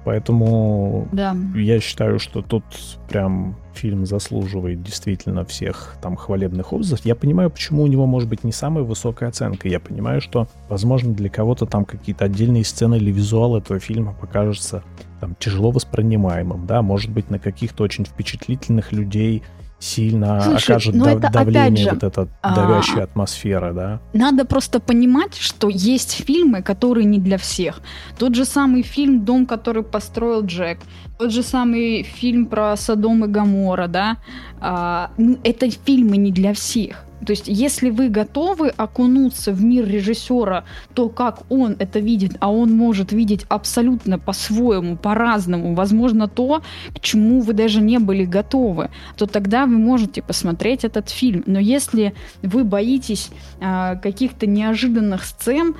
Поэтому да. я считаю, что тут прям фильм заслуживает действительно всех там хвалебных отзывов. Я понимаю, почему у него может быть не самая высокая оценка. Я понимаю, что, возможно, для кого-то там какие-то отдельные сцены или визуал этого фильма покажется там тяжело воспринимаемым, да, может быть, на каких-то очень впечатлительных людей сильно Слушай, окажет дав- это, давление, же, вот эта давящая а- атмосфера, да. Надо просто понимать, что есть фильмы, которые не для всех. Тот же самый фильм «Дом, который построил Джек», тот же самый фильм про Содом и Гоморра, да, а, это фильмы не для всех. То есть, если вы готовы окунуться в мир режиссера, то, как он это видит, а он может видеть абсолютно по-своему, по-разному, возможно, то, к чему вы даже не были готовы, то тогда вы можете посмотреть этот фильм. Но если вы боитесь э, каких-то неожиданных сцен,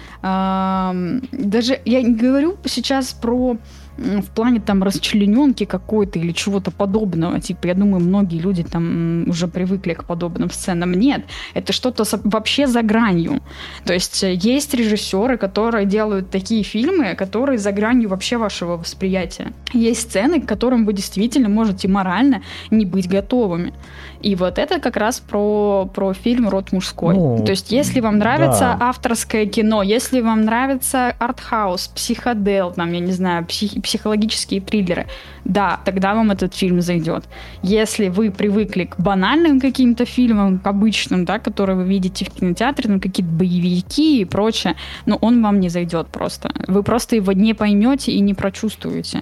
э, даже я не говорю сейчас про в плане там расчлененки какой-то или чего-то подобного. Типа, я думаю, многие люди там уже привыкли к подобным сценам. Нет, это что-то вообще за гранью. То есть есть режиссеры, которые делают такие фильмы, которые за гранью вообще вашего восприятия. Есть сцены, к которым вы действительно можете морально не быть готовыми. И вот это как раз про, про фильм «Род мужской». Ну, то есть если вам нравится да. авторское кино, если вам нравится артхаус, психодел, там, я не знаю, псих, психологические триллеры, да, тогда вам этот фильм зайдет. Если вы привыкли к банальным каким-то фильмам, к обычным, да, которые вы видите в кинотеатре, там какие-то боевики и прочее, но он вам не зайдет просто. Вы просто его не поймете и не прочувствуете.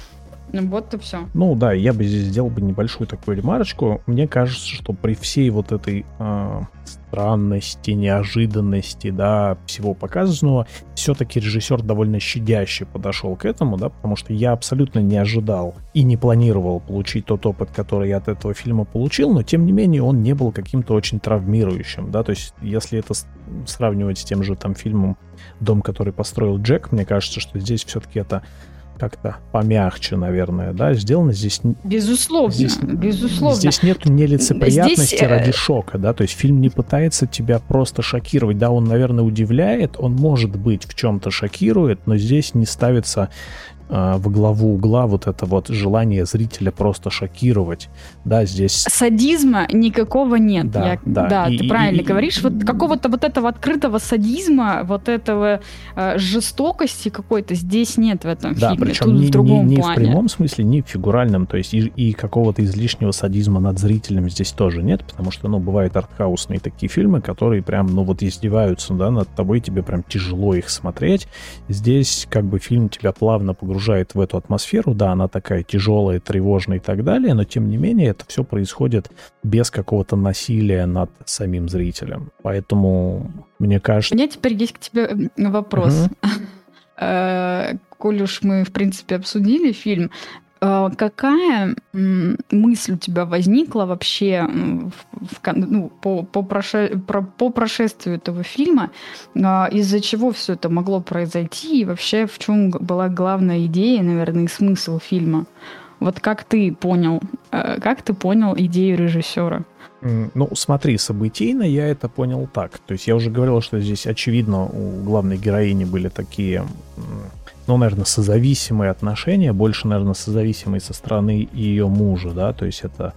Ну вот и все. Ну да, я бы здесь сделал бы небольшую такую ремарочку. Мне кажется, что при всей вот этой э, странности, неожиданности, да, всего показанного, все-таки режиссер довольно щадяще подошел к этому, да, потому что я абсолютно не ожидал и не планировал получить тот опыт, который я от этого фильма получил, но тем не менее он не был каким-то очень травмирующим, да, то есть если это сравнивать с тем же там фильмом «Дом, который построил Джек», мне кажется, что здесь все-таки это как-то помягче, наверное, да, сделано здесь... Безусловно, здесь, безусловно. Здесь нету нелицеприятности здесь... ради шока, да, то есть фильм не пытается тебя просто шокировать, да, он, наверное, удивляет, он, может быть, в чем-то шокирует, но здесь не ставится э, во главу угла вот это вот желание зрителя просто шокировать, да, здесь... Садизма никакого нет. Да, Я... да. да и, ты и, правильно и, говоришь, и, вот какого-то вот этого открытого садизма, вот этого э, жестокости какой-то здесь нет в этом да, фильме, причем тут не, в другом не, не плане. в прямом смысле, не в фигуральном, то есть и, и какого-то излишнего садизма над зрителем здесь тоже нет, потому что, ну, бывают артхаусные такие фильмы, которые прям, ну, вот издеваются, да, над тобой, тебе прям тяжело их смотреть. Здесь как бы фильм тебя плавно погружает в эту атмосферу, да, она такая тяжелая, тревожная и так далее, но тем не менее это все происходит без какого-то насилия над самим зрителем. Поэтому, мне кажется... У меня теперь есть к тебе вопрос. Uh-huh. Коль уж мы, в принципе, обсудили фильм, какая мысль у тебя возникла вообще в, ну, по, по, проше, по прошествию этого фильма, из-за чего все это могло произойти и вообще в чем была главная идея, наверное, и смысл фильма? Вот как ты понял, как ты понял идею режиссера? Ну, смотри, событийно я это понял так. То есть я уже говорил, что здесь, очевидно, у главной героини были такие, ну, наверное, созависимые отношения, больше, наверное, созависимые со стороны ее мужа, да, то есть это...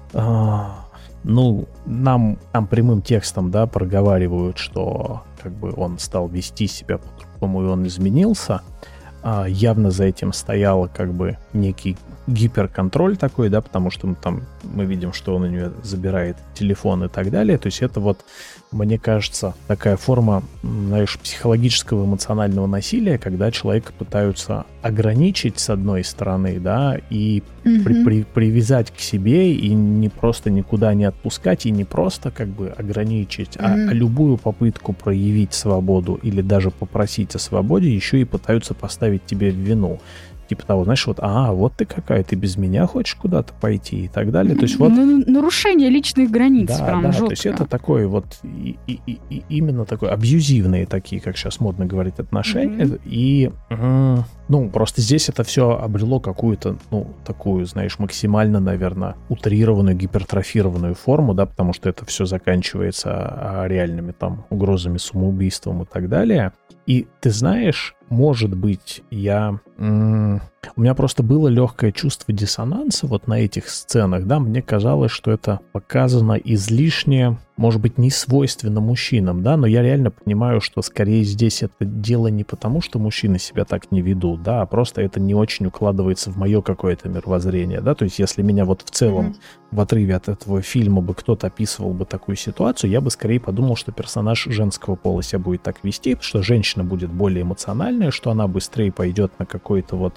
Ну, нам там прямым текстом, да, проговаривают, что как бы он стал вести себя по-другому, и он изменился. А, явно за этим стоял как бы некий гиперконтроль такой, да, потому что мы там мы видим, что он у нее забирает телефон и так далее. То есть это вот, мне кажется, такая форма, знаешь, психологического эмоционального насилия, когда человека пытаются ограничить с одной стороны, да, и mm-hmm. при, при, привязать к себе и не просто никуда не отпускать, и не просто как бы ограничить, mm-hmm. а, а любую попытку проявить свободу или даже попросить о свободе еще и пытаются поставить тебе в вину. Типа того, знаешь, вот, а, вот ты какая, ты без меня хочешь куда-то пойти и так далее. То есть вот... Нарушение личных границ, да, прям да, жестко. То есть это такой вот, и, и, и, и именно такой абьюзивные такие, как сейчас модно говорить, отношения. Mm-hmm. И, ну, просто здесь это все обрело какую-то, ну, такую, знаешь, максимально, наверное, утрированную, гипертрофированную форму, да, потому что это все заканчивается реальными там угрозами, самоубийством и так далее. И ты знаешь, может быть, я... М- у меня просто было легкое чувство диссонанса вот на этих сценах, да, мне казалось, что это показано излишне, может быть, не свойственно мужчинам, да, но я реально понимаю, что скорее здесь это дело не потому, что мужчины себя так не ведут, да, а просто это не очень укладывается в мое какое-то мировоззрение, да, то есть если меня вот в целом mm-hmm. в отрыве от этого фильма бы кто-то описывал бы такую ситуацию, я бы скорее подумал, что персонаж женского пола себя будет так вести, что женщина будет более эмоциональная, что она быстрее пойдет на какой-то вот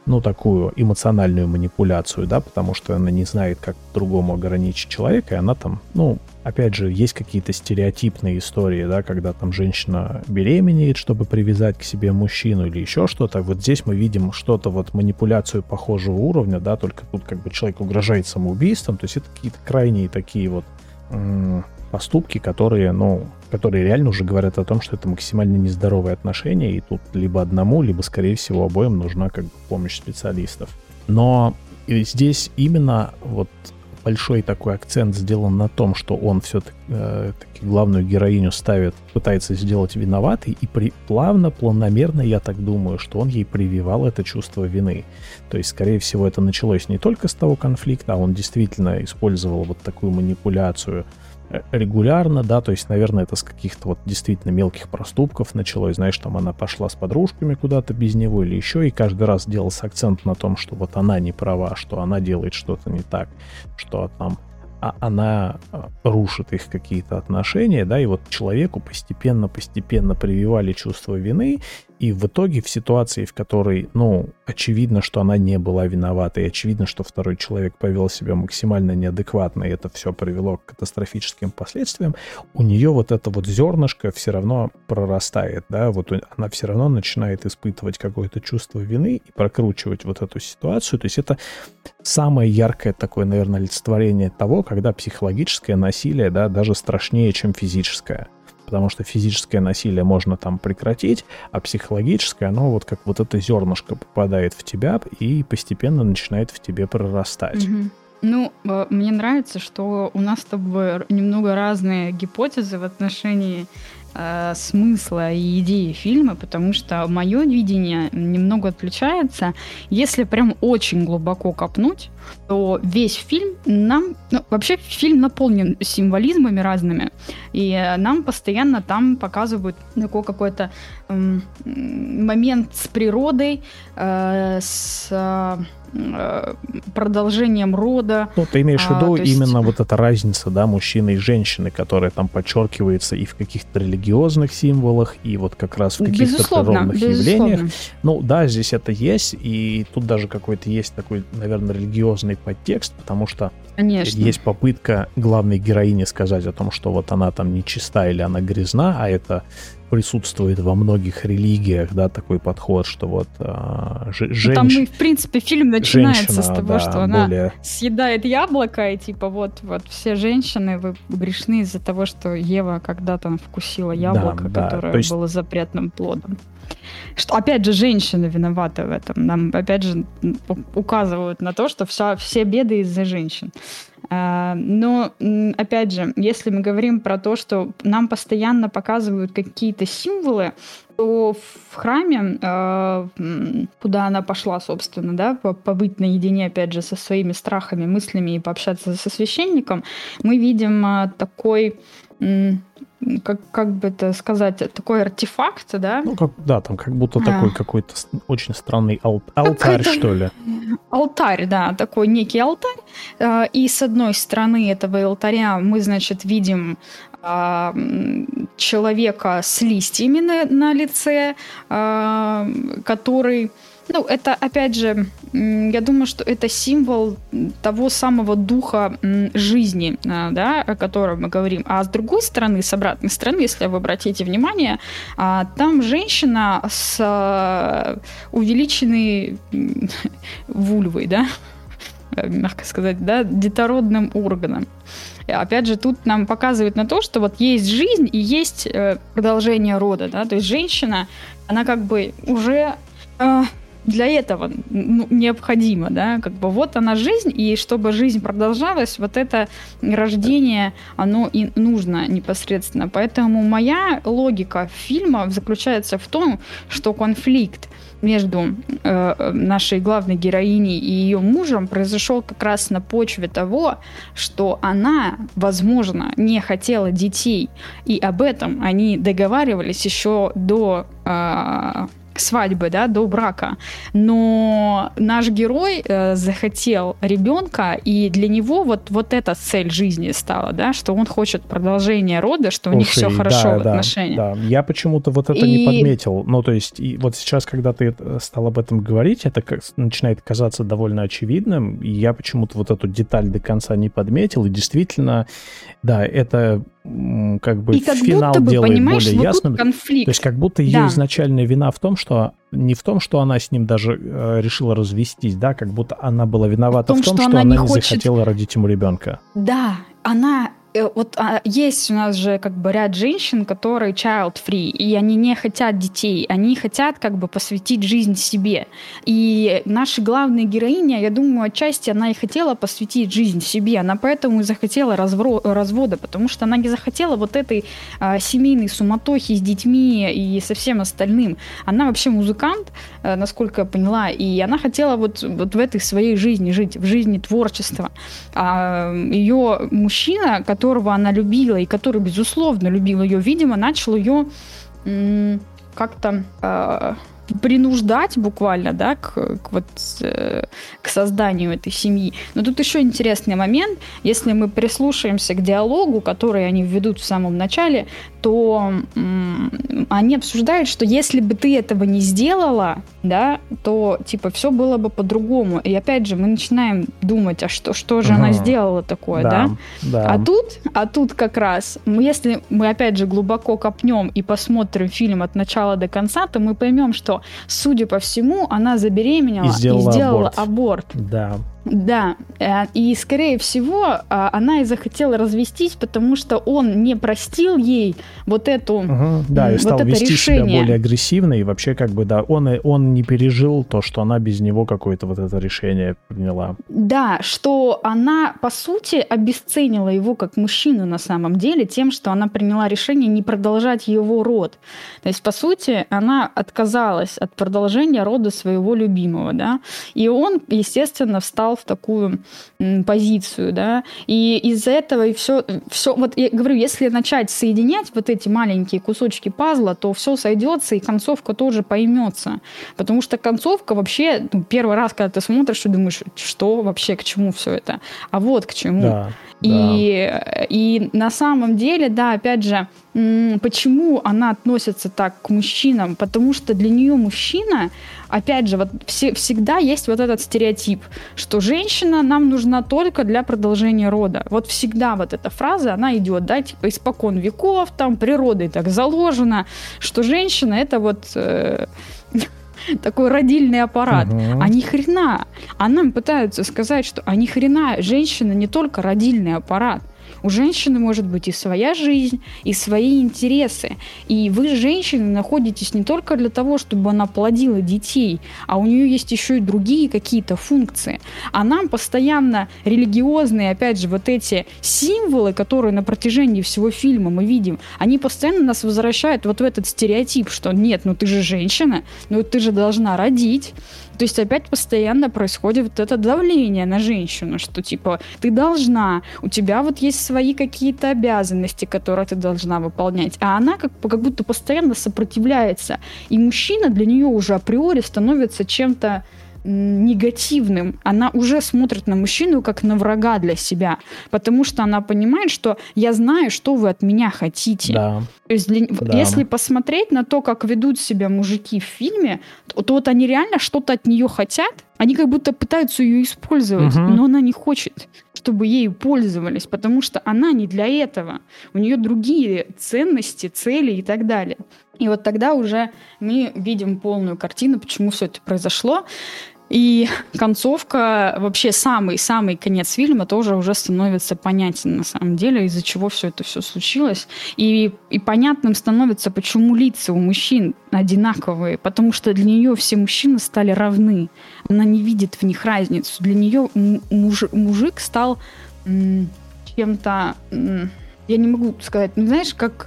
ну, такую эмоциональную манипуляцию, да, потому что она не знает, как другому ограничить человека, и она там, ну, опять же, есть какие-то стереотипные истории, да, когда там женщина беременеет, чтобы привязать к себе мужчину или еще что-то. Вот здесь мы видим что-то, вот манипуляцию похожего уровня, да, только тут как бы человек угрожает самоубийством, то есть это какие-то крайние такие вот м- поступки, которые, ну, которые реально уже говорят о том, что это максимально нездоровые отношения, и тут либо одному, либо, скорее всего, обоим нужна как бы помощь специалистов. Но здесь именно вот большой такой акцент сделан на том, что он все-таки э, главную героиню ставит, пытается сделать виноватой, и при, плавно, планомерно, я так думаю, что он ей прививал это чувство вины. То есть, скорее всего, это началось не только с того конфликта, а он действительно использовал вот такую манипуляцию регулярно, да, то есть, наверное, это с каких-то вот действительно мелких проступков началось, знаешь, там она пошла с подружками куда-то без него или еще, и каждый раз делался акцент на том, что вот она не права, что она делает что-то не так, что там а она рушит их какие-то отношения, да, и вот человеку постепенно-постепенно прививали чувство вины, и в итоге в ситуации, в которой, ну, очевидно, что она не была виновата, и очевидно, что второй человек повел себя максимально неадекватно, и это все привело к катастрофическим последствиям, у нее вот это вот зернышко все равно прорастает, да, вот она все равно начинает испытывать какое-то чувство вины и прокручивать вот эту ситуацию, то есть это самое яркое такое, наверное, олицетворение того, когда психологическое насилие, да, даже страшнее, чем физическое. Потому что физическое насилие можно там прекратить, а психологическое, оно вот как вот это зернышко попадает в тебя и постепенно начинает в тебе прорастать. Mm-hmm. Ну, мне нравится, что у нас с тобой немного разные гипотезы в отношении э, смысла и идеи фильма, потому что мое видение немного отличается. Если прям очень глубоко копнуть, то весь фильм нам... Ну, вообще фильм наполнен символизмами разными, и нам постоянно там показывают такой какой-то э, момент с природой, э, с... Э, продолжением рода. Ну, ты имеешь в виду а, есть... именно вот эта разница, да, мужчины и женщины, которая там подчеркивается и в каких-то религиозных символах, и вот как раз в каких-то безусловно, природных безусловно. явлениях. Ну, да, здесь это есть, и тут даже какой-то есть такой, наверное, религиозный подтекст, потому что Конечно. Есть попытка главной героини сказать о том, что вот она там нечиста или она грязна, а это присутствует во многих религиях, да, такой подход, что вот а, ж- женщина... Там, и, в принципе, фильм начинается женщина, с того, да, что она более... съедает яблоко, и типа вот, вот все женщины, вы грешны из-за того, что Ева когда-то вкусила яблоко, да, которое да, есть... было запретным плодом. Что, опять же, женщины виноваты в этом. Нам, опять же, указывают на то, что вся, все беды из-за женщин. Но, опять же, если мы говорим про то, что нам постоянно показывают какие-то символы, то в храме, куда она пошла, собственно, да, побыть наедине, опять же, со своими страхами, мыслями и пообщаться со священником, мы видим такой... Как, как бы это сказать, такой артефакт, да? Ну, как, да, там как будто а. такой какой-то очень странный ал- алтарь, что ли. Алтарь, да, такой некий алтарь. И с одной стороны этого алтаря мы, значит, видим человека с листьями на, на лице, который... Ну, это, опять же, я думаю, что это символ того самого духа жизни, да, о котором мы говорим. А с другой стороны, с обратной стороны, если вы обратите внимание, там женщина с увеличенной вульвой, да, мягко сказать, да, детородным органом. Опять же, тут нам показывает на то, что вот есть жизнь и есть продолжение рода, да, то есть женщина, она как бы уже... для этого ну, необходимо, да, как бы вот она жизнь, и чтобы жизнь продолжалась, вот это рождение, оно и нужно непосредственно. Поэтому моя логика фильма заключается в том, что конфликт между э, нашей главной героиней и ее мужем произошел как раз на почве того, что она, возможно, не хотела детей, и об этом они договаривались еще до... Э, свадьбы, да, до брака. Но наш герой э, захотел ребенка, и для него вот, вот эта цель жизни стала, да, что он хочет продолжения рода, что Слушай, у них все хорошо да, в отношениях. Да, да, я почему-то вот это и... не подметил. Ну, то есть, и вот сейчас, когда ты стал об этом говорить, это как, начинает казаться довольно очевидным, и я почему-то вот эту деталь до конца не подметил, и действительно, да, это как бы и как финал будто бы, делает более вот ясным. Конфликт. То есть как будто ее да. изначальная вина в том, что не в том, что она с ним даже э, решила развестись, да, как будто она была виновата в том, в том что, что она, она не хочет... захотела родить ему ребенка. Да, она... Вот а, есть у нас же как бы ряд женщин, которые child-free, и они не хотят детей, они хотят как бы посвятить жизнь себе. И наша главная героиня, я думаю, отчасти она и хотела посвятить жизнь себе, она поэтому и захотела развро- развода, потому что она не захотела вот этой а, семейной суматохи с детьми и со всем остальным. Она вообще музыкант, а, насколько я поняла, и она хотела вот, вот в этой своей жизни жить, в жизни творчества. А ее мужчина, который которого она любила и который, безусловно, любил ее, видимо, начал ее м- как-то э- принуждать буквально, да, к, к, вот, э- к созданию этой семьи. Но тут еще интересный момент. Если мы прислушаемся к диалогу, который они введут в самом начале, то м- они обсуждают, что если бы ты этого не сделала, да, то, типа, все было бы по-другому. И опять же, мы начинаем думать, а что, что же угу. она сделала такое, да? да? А тут, а тут как раз, если мы, опять же, глубоко копнем и посмотрим фильм от начала до конца, то мы поймем, что, судя по всему, она забеременела и сделала, и сделала аборт. аборт. Да. Да, и, скорее всего, она и захотела развестись, потому что он не простил ей вот эту угу, да, и вот стал это вести решение. себя более агрессивно, и вообще как бы, да, он, он не пережил то, что она без него какое-то вот это решение приняла. Да, что она, по сути, обесценила его как мужчину на самом деле тем, что она приняла решение не продолжать его род. То есть, по сути, она отказалась от продолжения рода своего любимого, да, и он, естественно, встал в такую м, позицию, да, и из-за этого и все, все, вот я говорю, если начать соединять вот эти маленькие кусочки пазла, то все сойдется, и концовка тоже поймется, потому что концовка вообще, ну, первый раз, когда ты смотришь, и думаешь, что вообще, к чему все это, а вот к чему. Да, и, да. и на самом деле, да, опять же, почему она относится так к мужчинам? Потому что для нее мужчина, опять же, вот все, всегда есть вот этот стереотип, что женщина нам нужна только для продолжения рода. Вот всегда вот эта фраза, она идет, да, типа испокон веков, там природой так заложено, что женщина это вот... Э- такой родильный аппарат. Uh-huh. А ни хрена. А нам пытаются сказать, что а ни хрена, женщина не только родильный аппарат. У женщины может быть и своя жизнь, и свои интересы. И вы, женщины, находитесь не только для того, чтобы она плодила детей, а у нее есть еще и другие какие-то функции. А нам постоянно религиозные, опять же, вот эти символы, которые на протяжении всего фильма мы видим, они постоянно нас возвращают вот в этот стереотип, что нет, ну ты же женщина, ну ты же должна родить. То есть опять постоянно происходит вот это давление на женщину, что типа ты должна, у тебя вот есть свои какие-то обязанности, которые ты должна выполнять, а она как, как будто постоянно сопротивляется. И мужчина для нее уже априори становится чем-то негативным. Она уже смотрит на мужчину как на врага для себя, потому что она понимает, что я знаю, что вы от меня хотите. Да. То есть для... да. если посмотреть на то, как ведут себя мужики в фильме, то, то вот они реально что-то от нее хотят, они как будто пытаются ее использовать, угу. но она не хочет, чтобы ею пользовались, потому что она не для этого. У нее другие ценности, цели и так далее. И вот тогда уже мы видим полную картину, почему все это произошло. И концовка, вообще самый-самый конец фильма тоже уже становится понятен на самом деле, из-за чего все это все случилось. И, и понятным становится, почему лица у мужчин одинаковые, потому что для нее все мужчины стали равны. Она не видит в них разницу. Для нее муж, мужик стал м, чем-то... М, я не могу сказать, ну знаешь, как...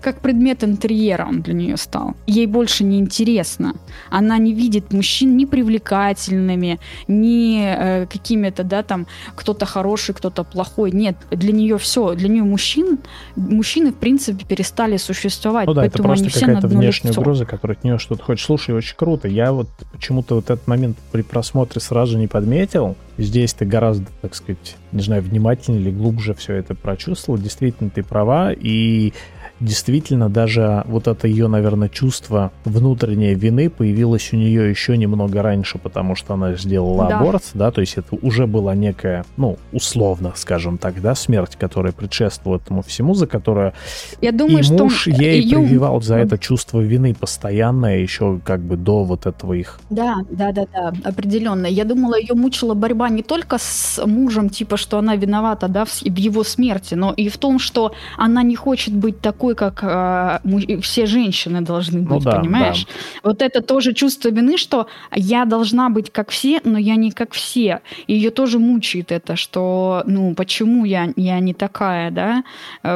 как предмет интерьера он для нее стал. Ей больше не интересно. Она не видит мужчин ни привлекательными, ни э, какими-то, да, там, кто-то хороший, кто-то плохой. Нет, для нее все. Для нее мужчин, мужчины, в принципе, перестали существовать. Ну да, это просто какая-то внешняя лицо. угроза, которая от нее что-то хочет. Слушай, очень круто. Я вот почему-то вот этот момент при просмотре сразу не подметил. Здесь ты гораздо, так сказать, не знаю, внимательнее или глубже все это прочувствовал. Действительно, ты права. И действительно, даже вот это ее, наверное, чувство внутренней вины появилось у нее еще немного раньше, потому что она сделала да. аборт, да, то есть это уже была некая, ну, условно, скажем так, да, смерть, которая предшествовала этому всему, за которую Я думаю, и муж что ей ее... прививал за это чувство вины постоянное еще как бы до вот этого их. Да, да, да, да, определенно. Я думала, ее мучила борьба не только с мужем, типа, что она виновата, да, в его смерти, но и в том, что она не хочет быть такой, как э, все женщины должны быть, ну, да, понимаешь? Да. Вот это тоже чувство вины, что я должна быть как все, но я не как все. И ее тоже мучает это, что, ну, почему я, я не такая, да?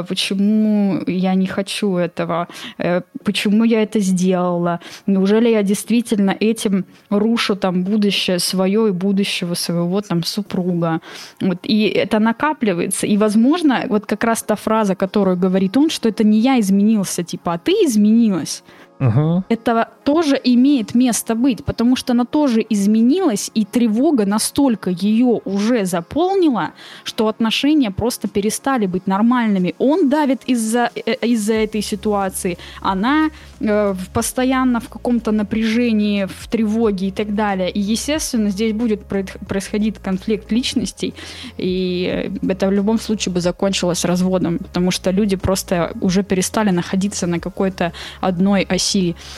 Почему я не хочу этого? Почему я это сделала? Неужели я действительно этим рушу там будущее свое и будущего своего там супруга? Вот. И это накапливается. И, возможно, вот как раз та фраза, которую говорит он, что это не я изменился, типа, а ты изменилась. Угу. Это тоже имеет место быть, потому что она тоже изменилась, и тревога настолько ее уже заполнила, что отношения просто перестали быть нормальными. Он давит из-за, из-за этой ситуации, она э, постоянно в каком-то напряжении, в тревоге и так далее. И, естественно, здесь будет происходить конфликт личностей, и это в любом случае бы закончилось разводом, потому что люди просто уже перестали находиться на какой-то одной оси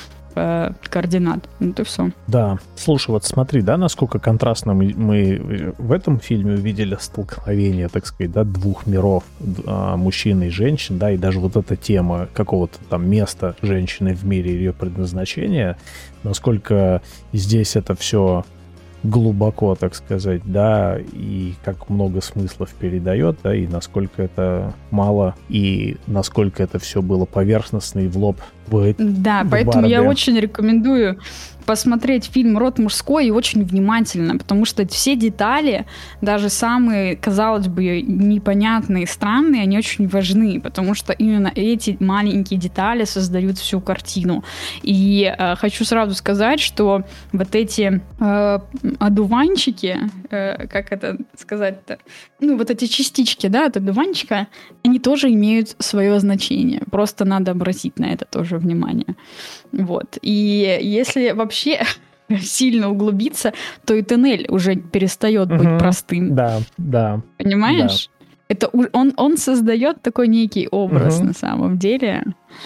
э, координат. Вот и все. Да. Слушай, вот смотри, да, насколько контрастно мы, мы в этом фильме увидели столкновение, так сказать, да, двух миров, э, мужчин и женщин, да, и даже вот эта тема какого-то там места женщины в мире, ее предназначения, насколько здесь это все глубоко, так сказать, да, и как много смыслов передает, да, и насколько это мало, и насколько это все было поверхностно и в лоб. В, да, в поэтому Барби. Я очень рекомендую посмотреть фильм «Род мужской» и очень внимательно, потому что все детали, даже самые, казалось бы, непонятные, странные, они очень важны, потому что именно эти маленькие детали создают всю картину. И э, хочу сразу сказать, что вот эти э, одуванчики, э, как это сказать-то, ну вот эти частички, да, от одуванчика, они тоже имеют свое значение. Просто надо обратить на это тоже внимание. Вот. И если вообще сильно углубиться, то и тоннель уже перестает быть угу. простым. Да, да. Понимаешь? Да. Это он, он создает такой некий образ угу. на самом деле.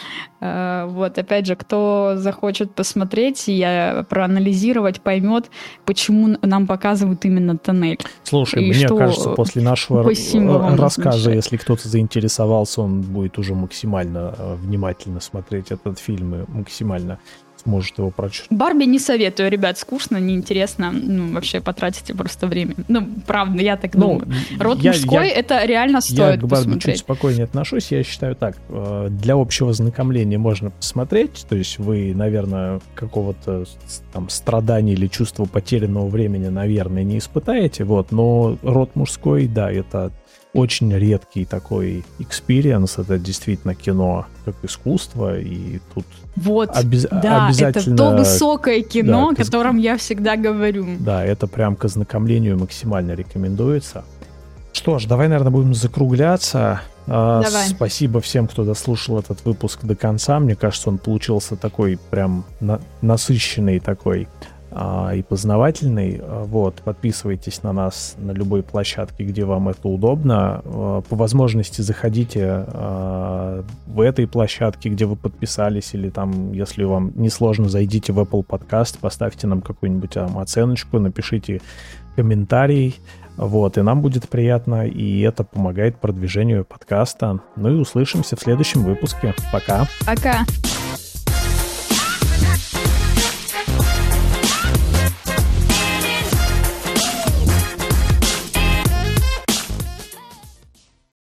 Uh, вот, опять же, кто захочет посмотреть и проанализировать, поймет, почему нам показывают именно тоннель. Слушай, и мне кажется, после нашего рассказа, если кто-то заинтересовался, он будет уже максимально внимательно смотреть этот фильм и максимально сможет его прочитать. Барби не советую, ребят, скучно, неинтересно, ну, вообще потратите просто время. Ну, правда, я так ну, думаю. Род я, мужской, я, это реально стоит я посмотреть. Я к Барби чуть спокойнее отношусь, я считаю так, для общего знакомления можно посмотреть, то есть вы, наверное, какого-то там страдания или чувства потерянного времени, наверное, не испытаете, вот, но род мужской, да, это очень редкий такой экспириенс, это действительно кино как искусство, и тут вот, обез... да, обязательно... это то высокое кино, да, о котором я всегда говорю. Да, это прям к ознакомлению максимально рекомендуется. Что ж, давай, наверное, будем закругляться. Давай. Спасибо всем, кто дослушал этот выпуск до конца. Мне кажется, он получился такой прям на... насыщенный такой и познавательный. Вот, подписывайтесь на нас на любой площадке, где вам это удобно. По возможности заходите в этой площадке, где вы подписались, или там, если вам не сложно, зайдите в Apple Podcast, поставьте нам какую-нибудь там оценочку, напишите комментарий. Вот, и нам будет приятно, и это помогает продвижению подкаста. Ну и услышимся в следующем выпуске. Пока. Пока.